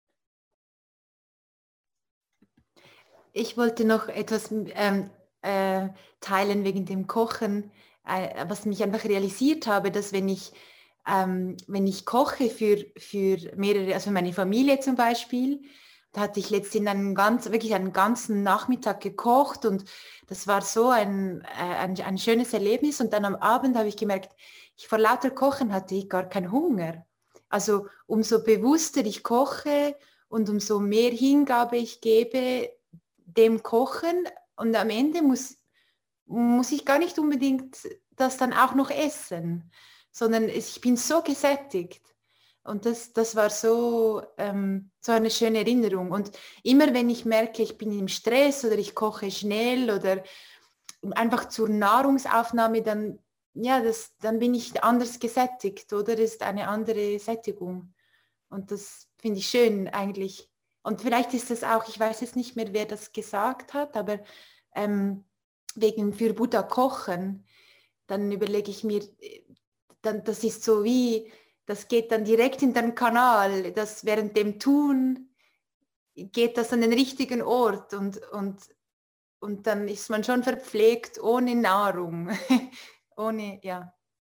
Ich wollte noch etwas ähm, äh, teilen wegen dem Kochen, äh, was ich einfach realisiert habe, dass wenn ich, ähm, wenn ich koche für, für mehrere, also für meine Familie zum Beispiel, da hatte ich letztens einen ganz, wirklich einen ganzen Nachmittag gekocht und das war so ein, äh, ein, ein schönes Erlebnis. Und dann am Abend habe ich gemerkt, ich vor lauter Kochen hatte ich gar keinen Hunger. Also umso bewusster ich koche und umso mehr Hingabe ich gebe dem Kochen und am Ende muss, muss ich gar nicht unbedingt das dann auch noch essen, sondern ich bin so gesättigt. Und das, das war so, ähm, so eine schöne Erinnerung. Und immer wenn ich merke, ich bin im Stress oder ich koche schnell oder einfach zur Nahrungsaufnahme, dann, ja, das, dann bin ich anders gesättigt oder das ist eine andere Sättigung. Und das finde ich schön eigentlich. Und vielleicht ist das auch, ich weiß jetzt nicht mehr, wer das gesagt hat, aber ähm, wegen für Buddha kochen, dann überlege ich mir, dann, das ist so wie, das geht dann direkt in den Kanal, das während dem Tun geht das an den richtigen Ort und, und, und dann ist man schon verpflegt ohne Nahrung, ohne, ja.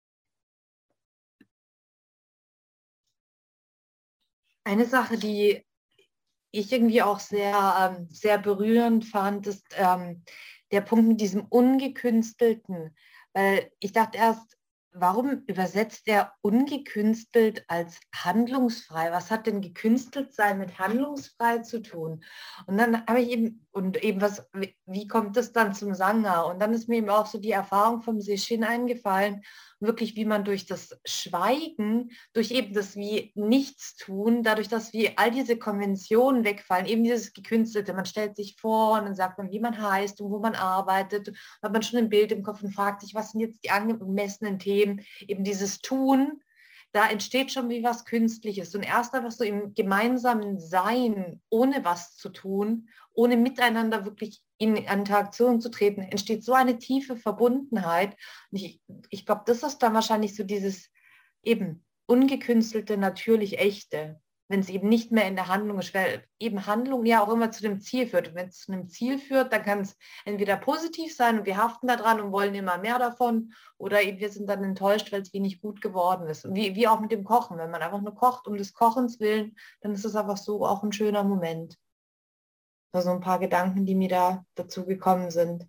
Eine Sache, die ich irgendwie auch sehr, ähm, sehr berührend fand, ist ähm, der Punkt mit diesem Ungekünstelten. Weil ich dachte erst, warum übersetzt er ungekünstelt als handlungsfrei? Was hat denn gekünstelt sein mit handlungsfrei zu tun? Und dann habe ich eben, und eben was, wie kommt das dann zum Sangha? Und dann ist mir eben auch so die Erfahrung vom Sesshin eingefallen, wirklich wie man durch das Schweigen, durch eben das wie Nichtstun, dadurch, dass wie all diese Konventionen wegfallen, eben dieses Gekünstelte, man stellt sich vor und dann sagt man, wie man heißt und wo man arbeitet, und hat man schon ein Bild im Kopf und fragt sich, was sind jetzt die angemessenen Themen, eben dieses Tun, da entsteht schon wie was Künstliches und erst einfach so im gemeinsamen Sein, ohne was zu tun, ohne miteinander wirklich in Interaktion zu treten, entsteht so eine tiefe Verbundenheit. Und ich, ich glaube, das ist dann wahrscheinlich so dieses eben ungekünstelte, natürlich echte, wenn es eben nicht mehr in der Handlung ist, weil eben Handlung ja auch immer zu dem Ziel führt. Und wenn es zu einem Ziel führt, dann kann es entweder positiv sein und wir haften daran und wollen immer mehr davon, oder eben wir sind dann enttäuscht, weil es wenig gut geworden ist. Und wie, wie auch mit dem Kochen, wenn man einfach nur kocht um des Kochens willen, dann ist es einfach so auch ein schöner Moment. Also ein paar Gedanken, die mir da dazu gekommen sind.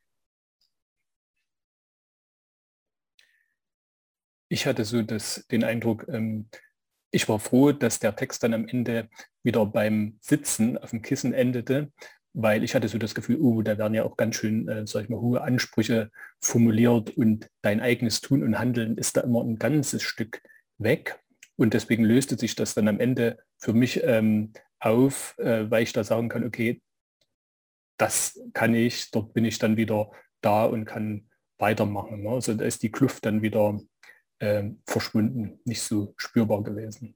Ich hatte so das, den Eindruck, ähm, ich war froh, dass der Text dann am Ende wieder beim Sitzen auf dem Kissen endete, weil ich hatte so das Gefühl, oh, da werden ja auch ganz schön, äh, sag ich mal, hohe Ansprüche formuliert und dein eigenes Tun und Handeln ist da immer ein ganzes Stück weg. Und deswegen löste sich das dann am Ende für mich ähm, auf, äh, weil ich da sagen kann, okay, das kann ich, dort bin ich dann wieder da und kann weitermachen. Ne? Also da ist die Kluft dann wieder äh, verschwunden, nicht so spürbar gewesen.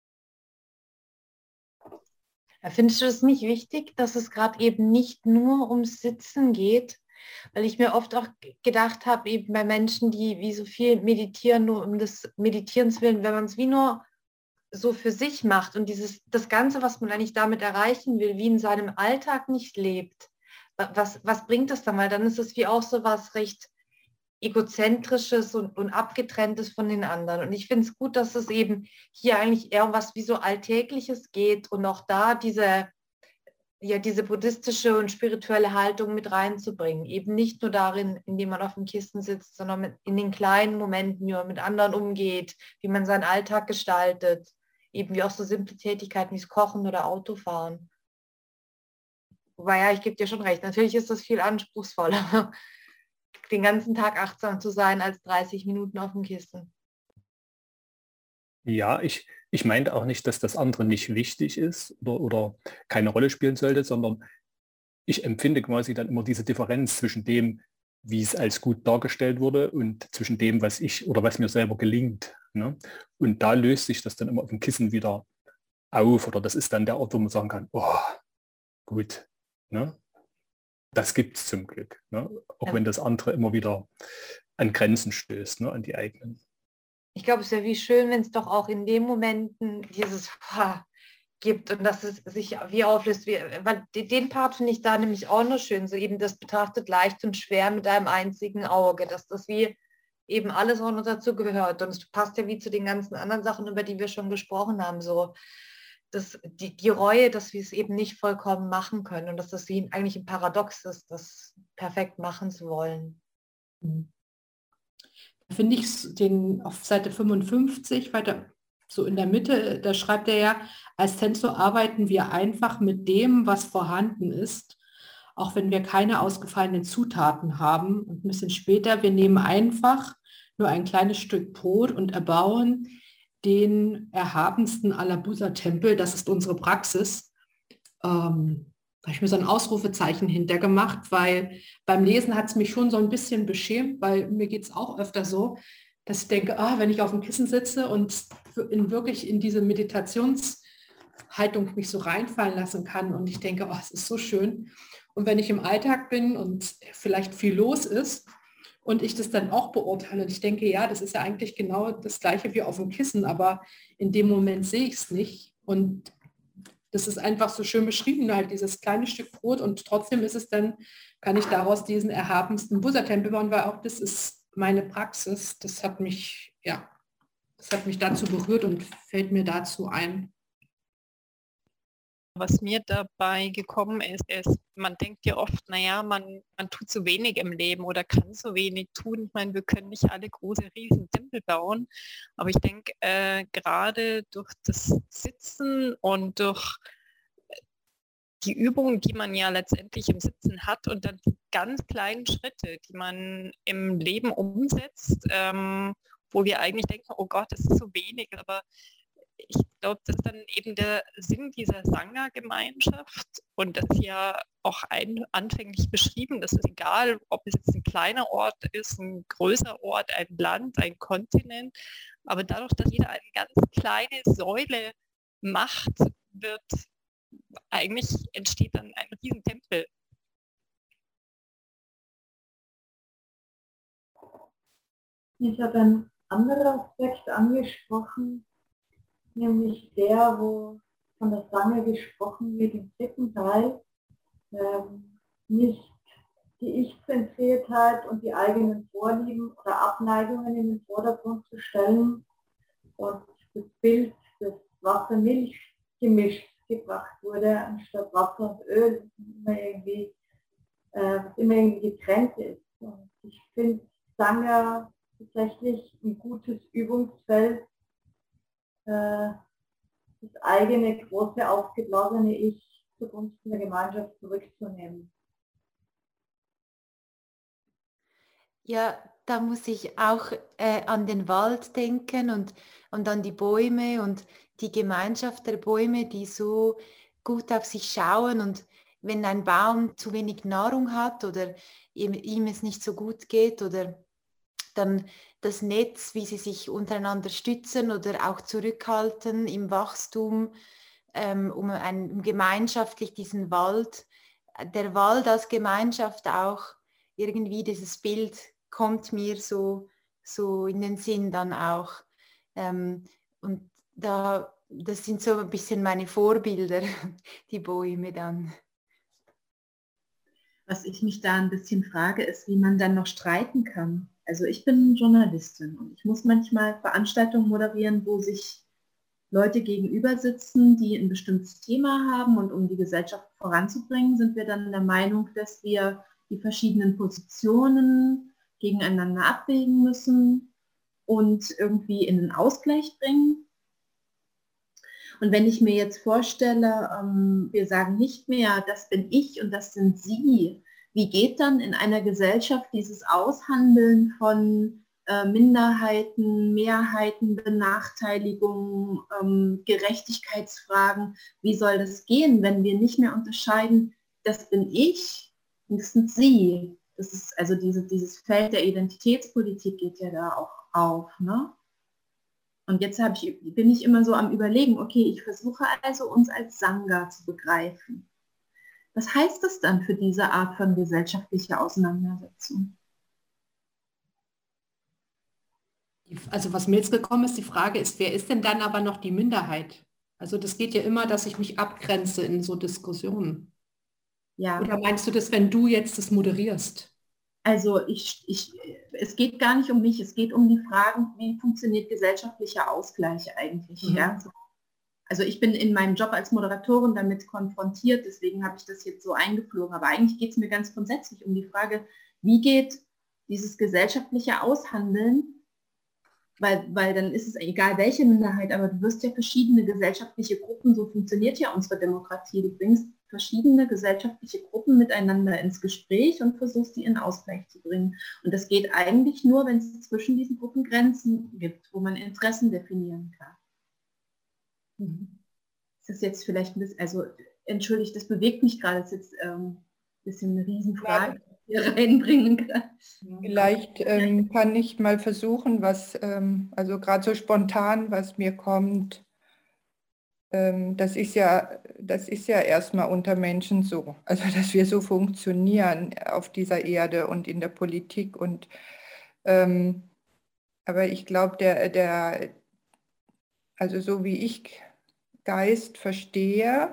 Findest du es nicht wichtig, dass es gerade eben nicht nur ums Sitzen geht? Weil ich mir oft auch gedacht habe, eben bei Menschen, die wie so viel meditieren, nur um des Meditierens willen, wenn man es wie nur so für sich macht und dieses, das Ganze, was man eigentlich damit erreichen will, wie in seinem Alltag nicht lebt, was, was bringt das dann? Weil dann ist es wie auch so was recht Egozentrisches und, und Abgetrenntes von den anderen. Und ich finde es gut, dass es eben hier eigentlich eher was wie so Alltägliches geht und auch da diese, ja, diese buddhistische und spirituelle Haltung mit reinzubringen. Eben nicht nur darin, indem man auf dem Kissen sitzt, sondern mit, in den kleinen Momenten, wie man mit anderen umgeht, wie man seinen Alltag gestaltet. Eben wie auch so simple Tätigkeiten wie das Kochen oder Autofahren. Wobei, ja, ich gebe dir schon recht, natürlich ist das viel anspruchsvoller, den ganzen Tag achtsam zu sein, als dreißig Minuten auf dem Kissen. Ja, ich, ich meinte auch nicht, dass das andere nicht wichtig ist oder, oder keine Rolle spielen sollte, sondern ich empfinde quasi dann immer diese Differenz zwischen dem, wie es als gut dargestellt wurde und zwischen dem, was ich oder was mir selber gelingt. Ne? Und da löst sich das dann immer auf dem Kissen wieder auf oder das ist dann der Ort, wo man sagen kann, oh, gut, ne? Das gibt es zum Glück, ne? Auch ja. Wenn das andere immer wieder an Grenzen stößt, ne? An die eigenen. Ich glaube, es wäre wie schön, wenn es doch auch in den Momenten dieses ha, gibt und dass es sich wie auflöst, wie, weil den Part finde ich da nämlich auch noch schön, so eben das betrachtet leicht und schwer mit einem einzigen Auge, dass das wie eben alles auch noch dazu gehört und es passt ja wie zu den ganzen anderen Sachen, über die wir schon gesprochen haben, so das, die, die Reue, dass wir es eben nicht vollkommen machen können und dass das wie eigentlich ein Paradox ist, das perfekt machen zu wollen. Mhm. Finde ich den auf Seite fünfundfünfzig, weiter so in der Mitte, da schreibt er ja, als Tensor arbeiten wir einfach mit dem, was vorhanden ist, auch wenn wir keine ausgefallenen Zutaten haben. Und ein bisschen später, wir nehmen einfach nur ein kleines Stück Brot und erbauen den erhabensten aller Buddha-Tempel. Das ist unsere Praxis. Ähm, da habe ich mir so ein Ausrufezeichen hintergemacht, weil beim Lesen hat es mich schon so ein bisschen beschämt, weil mir geht es auch öfter so, dass ich denke, ah, wenn ich auf dem Kissen sitze und in wirklich in diese Meditationshaltung mich so reinfallen lassen kann und ich denke, oh, es ist so schön. Und wenn ich im Alltag bin und vielleicht viel los ist und ich das dann auch beurteile und ich denke, ja, das ist ja eigentlich genau das Gleiche wie auf dem Kissen, aber in dem Moment sehe ich es nicht. Und das ist einfach so schön beschrieben, halt dieses kleine Stück Brot und trotzdem ist es dann, kann ich daraus diesen erhabensten Buddha-Tempel bauen, weil auch das ist meine Praxis. Das hat mich, ja, das hat mich dazu berührt und fällt mir dazu ein. Was mir dabei gekommen ist, ist, man denkt ja oft, naja, man, man tut so wenig im Leben oder kann so wenig tun. Ich meine, wir können nicht alle große Riesentempel bauen, aber ich denke, äh, gerade durch das Sitzen und durch die Übungen, die man ja letztendlich im Sitzen hat und dann die ganz kleinen Schritte, die man im Leben umsetzt, ähm, wo wir eigentlich denken, oh Gott, das ist so wenig, aber ich glaube, das ist dann eben der Sinn dieser Sangha-Gemeinschaft und das ist ja auch ein, anfänglich beschrieben, das ist egal, ob es jetzt ein kleiner Ort ist, ein größer Ort, ein Land, ein Kontinent, aber dadurch, dass jeder eine ganz kleine Säule macht, wird eigentlich entsteht dann ein Riesentempel. Ich habe einen anderen Aspekt angesprochen, nämlich der, wo von der Sangha gesprochen wird im dritten Teil, ähm, nicht die Ich-Zentriertheit und die eigenen Vorlieben oder Abneigungen in den Vordergrund zu stellen und das Bild des Wasser-Milch-Gemischs gebracht wurde, anstatt Wasser und Öl, immer irgendwie, äh, immer irgendwie getrennt ist. Und ich finde Sangha tatsächlich ein gutes Übungsfeld, das eigene große aufgeblasene Ich zugunsten der Gemeinschaft zurückzunehmen. Ja, da muss ich auch äh, an den Wald denken und, und an die Bäume und die Gemeinschaft der Bäume, die so gut auf sich schauen und wenn ein Baum zu wenig Nahrung hat oder ihm, ihm es nicht so gut geht oder dann das Netz, wie sie sich untereinander stützen oder auch zurückhalten im Wachstum, ähm, um, ein, um gemeinschaftlich diesen Wald, der Wald als Gemeinschaft auch, irgendwie dieses Bild kommt mir so, so in den Sinn dann auch. Ähm, und da, das sind so ein bisschen meine Vorbilder, die Bäume dann. Was ich mich da ein bisschen frage, ist, wie man dann noch streiten kann. Also ich bin Journalistin und ich muss manchmal Veranstaltungen moderieren, wo sich Leute gegenüber sitzen, die ein bestimmtes Thema haben, und um die Gesellschaft voranzubringen, sind wir dann der Meinung, dass wir die verschiedenen Positionen gegeneinander abwägen müssen und irgendwie in einen Ausgleich bringen. Und wenn ich mir jetzt vorstelle, ähm, wir sagen nicht mehr, das bin ich und das sind Sie, wie geht dann in einer Gesellschaft dieses Aushandeln von äh, Minderheiten, Mehrheiten, Benachteiligungen, ähm, Gerechtigkeitsfragen, wie soll das gehen, wenn wir nicht mehr unterscheiden, das bin ich und das sind Sie? Das ist also diese, dieses Feld der Identitätspolitik geht ja da auch auf, ne? Und jetzt hab ich, bin ich immer so am Überlegen, okay, ich versuche also, uns als Sangha zu begreifen. Was heißt das dann für diese Art von gesellschaftlicher Auseinandersetzung? Also was mir jetzt gekommen ist, die Frage ist, wer ist denn dann aber noch die Minderheit? Also das geht ja immer, dass ich mich abgrenze in so Diskussionen. Ja. Oder meinst du das, wenn du jetzt das moderierst? Also ich, ich, es geht gar nicht um mich, es geht um die Fragen, wie funktioniert gesellschaftlicher Ausgleich eigentlich. Mhm. Ja? Also ich bin in meinem Job als Moderatorin damit konfrontiert, deswegen habe ich das jetzt so eingeflogen. Aber eigentlich geht es mir ganz grundsätzlich um die Frage, wie geht dieses gesellschaftliche Aushandeln, weil, weil dann ist es egal welche Minderheit, aber du wirst ja verschiedene gesellschaftliche Gruppen, so funktioniert ja unsere Demokratie, du bringst verschiedene gesellschaftliche Gruppen miteinander ins Gespräch und versuchst, die in Ausgleich zu bringen. Und das geht eigentlich nur, wenn es zwischen diesen Gruppen Grenzen gibt, wo man Interessen definieren kann. Mhm. Das ist jetzt vielleicht ein bisschen, also entschuldigt, das bewegt mich gerade, das ist jetzt ähm, ein bisschen eine Riesenfrage, die ich hier reinbringen kann. Vielleicht ähm, kann ich mal versuchen, was, ähm, also gerade so spontan, was mir kommt. Das ist ja, das ist ja erstmal unter Menschen so, also dass wir so funktionieren auf dieser Erde und in der Politik. Und ähm, aber ich glaube, der, der, also so wie ich Geist verstehe,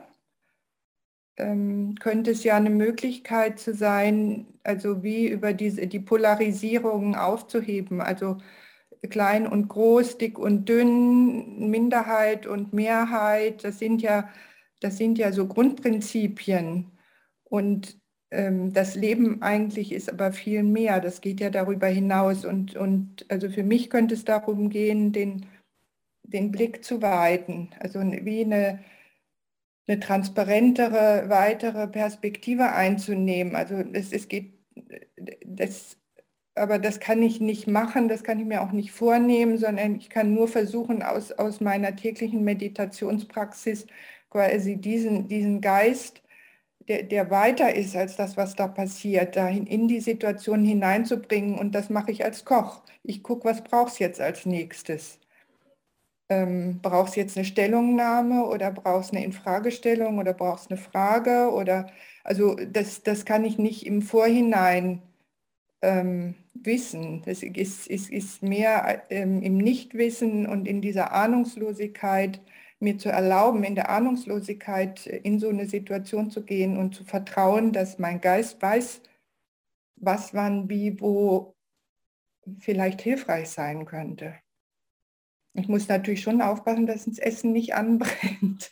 ähm, könnte es ja eine Möglichkeit zu sein, also wie über diese die Polarisierungen aufzuheben, also klein und groß, dick und dünn, Minderheit und Mehrheit, das sind ja, das sind ja so Grundprinzipien. Und ähm, das Leben eigentlich ist aber viel mehr, das geht ja darüber hinaus. Und, und also für mich könnte es darum gehen, den, den Blick zu weiten, also wie eine, eine transparentere, weitere Perspektive einzunehmen. Also es, es geht, das aber das kann ich nicht machen, das kann ich mir auch nicht vornehmen, sondern ich kann nur versuchen, aus, aus meiner täglichen Meditationspraxis quasi diesen, diesen Geist, der, der weiter ist als das, was da passiert, dahin in die Situation hineinzubringen. Und das mache ich als Koch. Ich gucke, was brauchst du jetzt als nächstes? Ähm, brauchst du jetzt eine Stellungnahme oder brauchst du eine Infragestellung oder brauchst du eine Frage? Oder, also das, das kann ich nicht im Vorhinein Ähm, Wissen. Das ist, ist, ist mehr ähm, im Nichtwissen und in dieser Ahnungslosigkeit, mir zu erlauben, in der Ahnungslosigkeit in so eine Situation zu gehen und zu vertrauen, dass mein Geist weiß, was, wann, wie, wo vielleicht hilfreich sein könnte. Ich muss natürlich schon aufpassen, dass das Essen nicht anbrennt.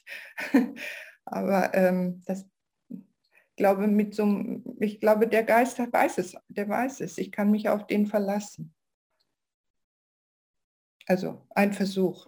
Aber ähm, das Ich glaube, mit so einem, ich glaube, der Geist weiß es, der weiß es. Ich kann mich auf den verlassen. Also ein Versuch.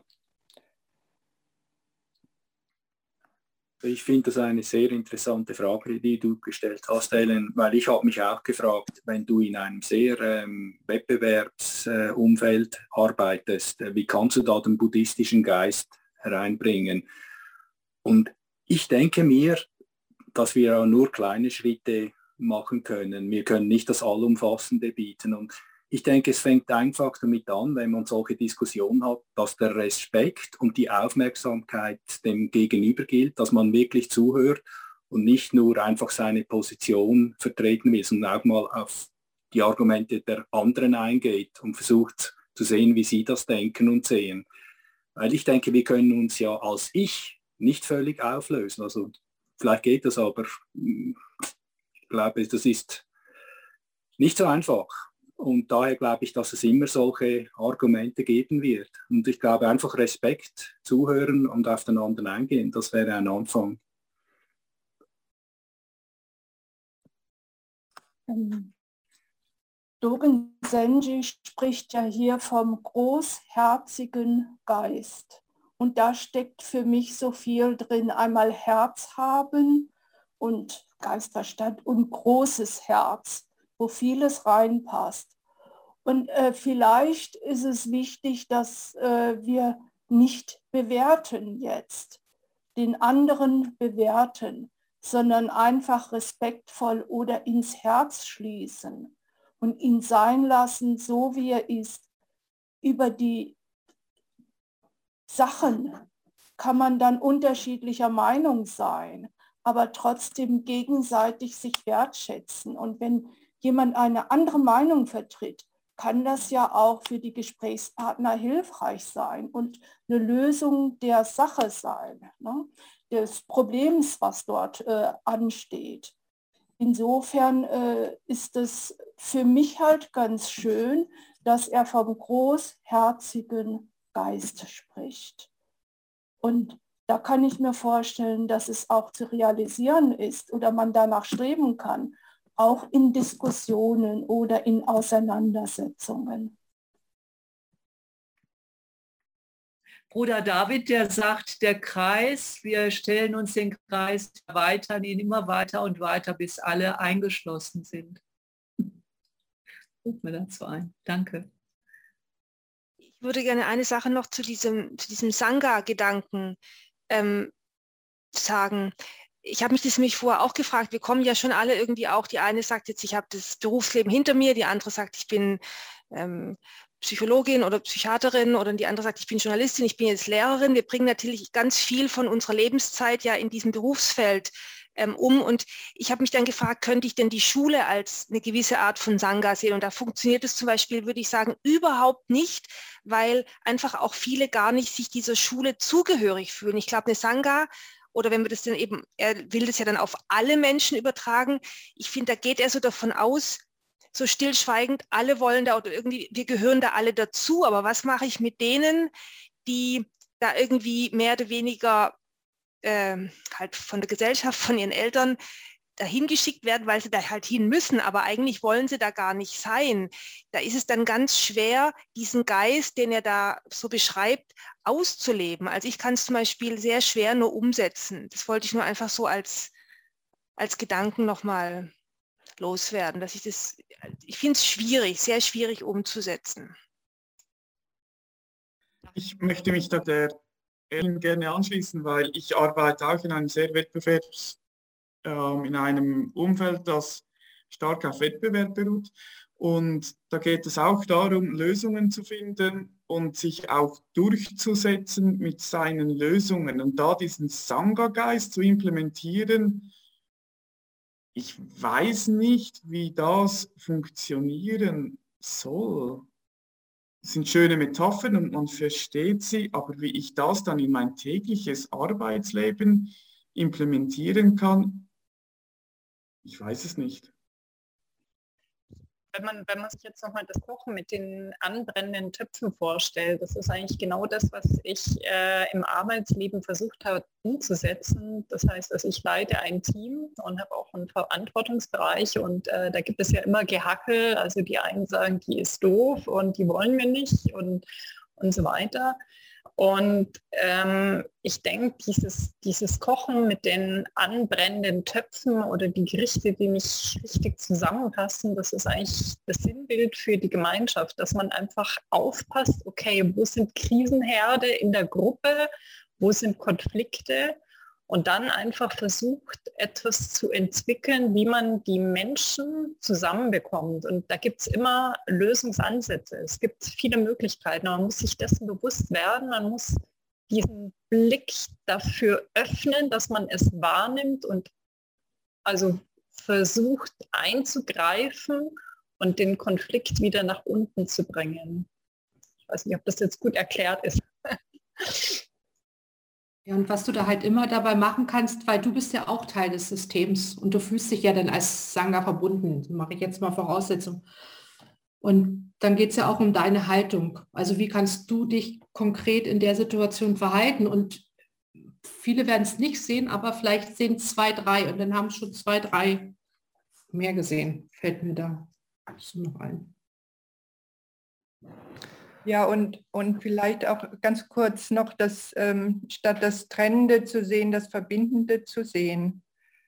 Ich finde das eine sehr interessante Frage, die du gestellt hast, Ellen, weil ich habe mich auch gefragt, wenn du in einem sehr ähm, Wettbewerbsumfeld äh, arbeitest, äh, wie kannst du da den buddhistischen Geist hereinbringen? Und ich denke mir, dass wir nur kleine Schritte machen können. Wir können nicht das Allumfassende bieten. Und ich denke, es fängt einfach damit an, wenn man solche Diskussionen hat, dass der Respekt und die Aufmerksamkeit dem Gegenüber gilt, dass man wirklich zuhört und nicht nur einfach seine Position vertreten will, sondern auch mal auf die Argumente der anderen eingeht und versucht zu sehen, wie sie das denken und sehen. Weil ich denke, wir können uns ja als Ich nicht völlig auflösen. Also vielleicht geht das, aber ich glaube, das ist nicht so einfach. Und daher glaube ich, dass es immer solche Argumente geben wird. Und ich glaube einfach Respekt, zuhören und auf den anderen eingehen, das wäre ein Anfang. Dogen Zenji spricht ja hier vom großherzigen Geist. Und da steckt für mich so viel drin, einmal Herz haben und Geistverstand und großes Herz, wo vieles reinpasst. Und äh, vielleicht ist es wichtig, dass äh, wir nicht bewerten jetzt, den anderen bewerten, sondern einfach respektvoll oder ins Herz schließen und ihn sein lassen, so wie er ist. Über die Sachen kann man dann unterschiedlicher Meinung sein, aber trotzdem gegenseitig sich wertschätzen. Und wenn jemand eine andere Meinung vertritt, kann das ja auch für die Gesprächspartner hilfreich sein und eine Lösung der Sache sein, ne? Des Problems, was dort äh, ansteht. Insofern äh, ist es für mich halt ganz schön, dass er vom großherzigen Geist spricht. Und da kann ich mir vorstellen, dass es auch zu realisieren ist oder man danach streben kann, auch in Diskussionen oder in Auseinandersetzungen. Bruder David, der sagt, der Kreis, wir stellen uns den Kreis weiter, ihn immer weiter und weiter, bis alle eingeschlossen sind. Guck mir dazu ein. Danke. Ich würde gerne eine Sache noch zu diesem, zu diesem Sangha-Gedanken ähm, sagen. Ich habe mich das nämlich vorher auch gefragt, wir kommen ja schon alle irgendwie auch, die eine sagt jetzt, ich habe das Berufsleben hinter mir, die andere sagt, ich bin ähm, Psychologin oder Psychiaterin oder die andere sagt, ich bin Journalistin, ich bin jetzt Lehrerin. Wir bringen natürlich ganz viel von unserer Lebenszeit ja in diesem Berufsfeld ähm, um. Und ich habe mich dann gefragt, könnte ich denn die Schule als eine gewisse Art von Sangha sehen? Und da funktioniert es zum Beispiel, würde ich sagen, überhaupt nicht, weil einfach auch viele gar nicht sich dieser Schule zugehörig fühlen. Ich glaube, eine Sangha, oder wenn wir das dann eben, er will das ja dann auf alle Menschen übertragen, ich finde, da geht er so davon aus, so stillschweigend, alle wollen da oder irgendwie, wir gehören da alle dazu, aber was mache ich mit denen, die da irgendwie mehr oder weniger äh, halt von der Gesellschaft, von ihren Eltern dahin geschickt werden, weil sie da halt hin müssen, aber eigentlich wollen sie da gar nicht sein. Da ist es dann ganz schwer, diesen Geist, den er da so beschreibt, auszuleben. Also ich kann es zum Beispiel sehr schwer nur umsetzen. Das wollte ich nur einfach so als, als Gedanken nochmal loswerden, dass ich das, ich finde es schwierig, sehr schwierig umzusetzen. Ich möchte mich da der Erin gerne anschließen, weil ich arbeite auch in einem sehr Wettbewerbs, äh, in einem Umfeld, das stark auf Wettbewerb beruht. Und da geht es auch darum, Lösungen zu finden und sich auch durchzusetzen mit seinen Lösungen und da diesen Sangha-Geist zu implementieren. Ich weiß nicht, wie das funktionieren soll. Es sind schöne Metaphern und man versteht sie, aber wie ich das dann in mein tägliches Arbeitsleben implementieren kann, ich weiß es nicht. Wenn man, wenn man sich jetzt nochmal das Kochen mit den anbrennenden Töpfen vorstellt, das ist eigentlich genau das, was ich äh, im Arbeitsleben versucht habe umzusetzen. Das heißt, dass ich leite ein Team und habe auch einen Verantwortungsbereich und äh, da gibt es ja immer Gehackel, also die einen sagen, die ist doof und die wollen wir nicht und, und so weiter. Und ähm, ich denke, dieses, dieses Kochen mit den anbrennenden Töpfen oder die Gerichte, die nicht richtig zusammenpassen, das ist eigentlich das Sinnbild für die Gemeinschaft, dass man einfach aufpasst, okay, wo sind Krisenherde in der Gruppe, wo sind Konflikte und dann einfach versucht, etwas zu entwickeln, wie man die Menschen zusammenbekommt. Und da gibt es immer Lösungsansätze. Es gibt viele Möglichkeiten. Man muss sich dessen bewusst werden. Man muss diesen Blick dafür öffnen, dass man es wahrnimmt und also versucht einzugreifen und den Konflikt wieder nach unten zu bringen. Ich weiß nicht, ob das jetzt gut erklärt ist. Ja, und was du da halt immer dabei machen kannst, weil du bist ja auch Teil des Systems und du fühlst dich ja dann als Sangha verbunden, mache ich jetzt mal Voraussetzung. Und dann geht es ja auch um deine Haltung. Also wie kannst du dich konkret in der Situation verhalten? Und viele werden es nicht sehen, aber vielleicht sehen zwei, drei und dann haben schon zwei, drei mehr gesehen. Fällt mir da so noch ein. Ja, und, und vielleicht auch ganz kurz noch, das, ähm, statt das Trennende zu sehen, das Verbindende zu sehen.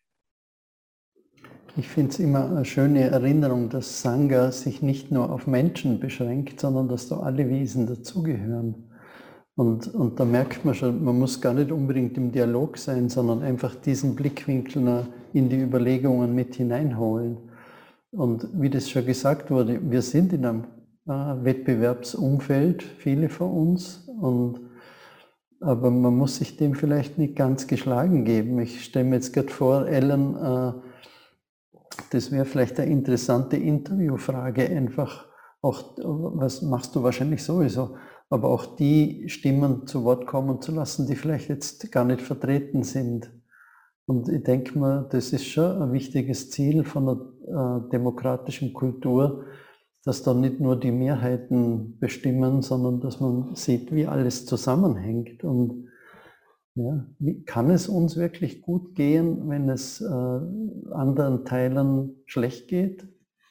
Ich finde es immer eine schöne Erinnerung, dass Sangha sich nicht nur auf Menschen beschränkt, sondern dass da alle Wesen dazugehören. Und, und da merkt man schon, man muss gar nicht unbedingt im Dialog sein, sondern einfach diesen Blickwinkel in die Überlegungen mit hineinholen. Und wie das schon gesagt wurde, wir sind in einem äh, Wettbewerbsumfeld, viele von uns, und, aber man muss sich dem vielleicht nicht ganz geschlagen geben. Ich stelle mir jetzt gerade vor, Ellen, äh, das wäre vielleicht eine interessante Interviewfrage, einfach auch, was machst du wahrscheinlich sowieso, aber auch die Stimmen zu Wort kommen zu lassen, die vielleicht jetzt gar nicht vertreten sind. Und ich denke mal, das ist schon ein wichtiges Ziel von einer äh, demokratischen Kultur, dass da nicht nur die Mehrheiten bestimmen, sondern dass man sieht, wie alles zusammenhängt. Und ja, wie, kann es uns wirklich gut gehen, wenn es äh, anderen Teilen schlecht geht?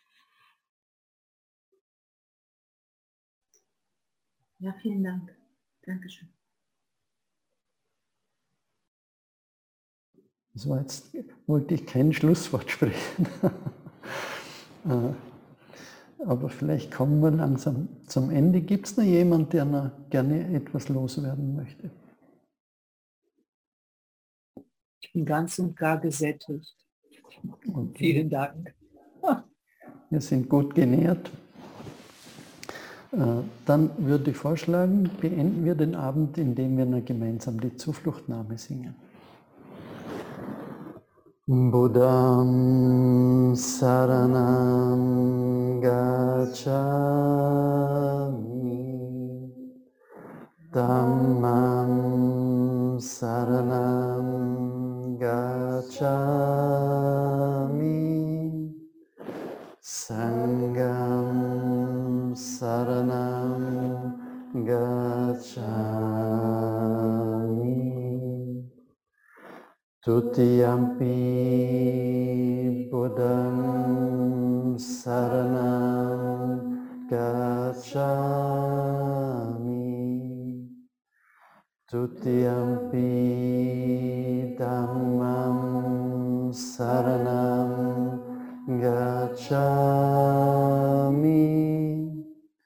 Ja, vielen Dank. Dankeschön. Das war jetzt, wollte ich kein Schlusswort sprechen. Aber vielleicht kommen wir langsam zum Ende. Gibt es noch jemanden, der noch gerne etwas loswerden möchte? Ich bin ganz und gar gesättigt. Okay. Vielen Dank. Wir sind gut genährt. Dann würde ich vorschlagen, beenden wir den Abend, indem wir noch gemeinsam die Zufluchtnahme singen. Buddham Saranam Gacchami Dhammam Saranam Gacchami Sangham Saranam Gacchami Tutiyampi Buddham Saranam Gacchami Tutiyampi Dhammam Saranam Gacchami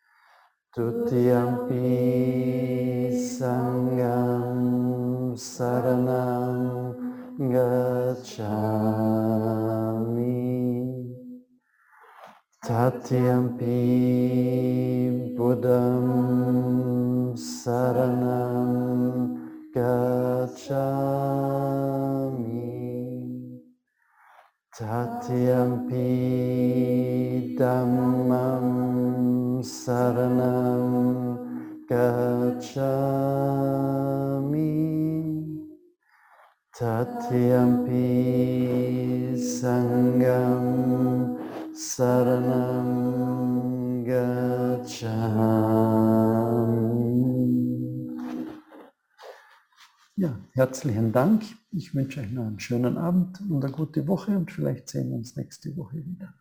Tutiyampi Sangham Saranam Gacchami Tatyampi Buddham Saranam Gacchami Tatyampi Dhammam Saranam Gacchami Tatyampi Sangham Saranam Gacchami. Ja, herzlichen Dank. Ich wünsche euch noch einen schönen Abend und eine gute Woche und vielleicht sehen wir uns nächste Woche wieder.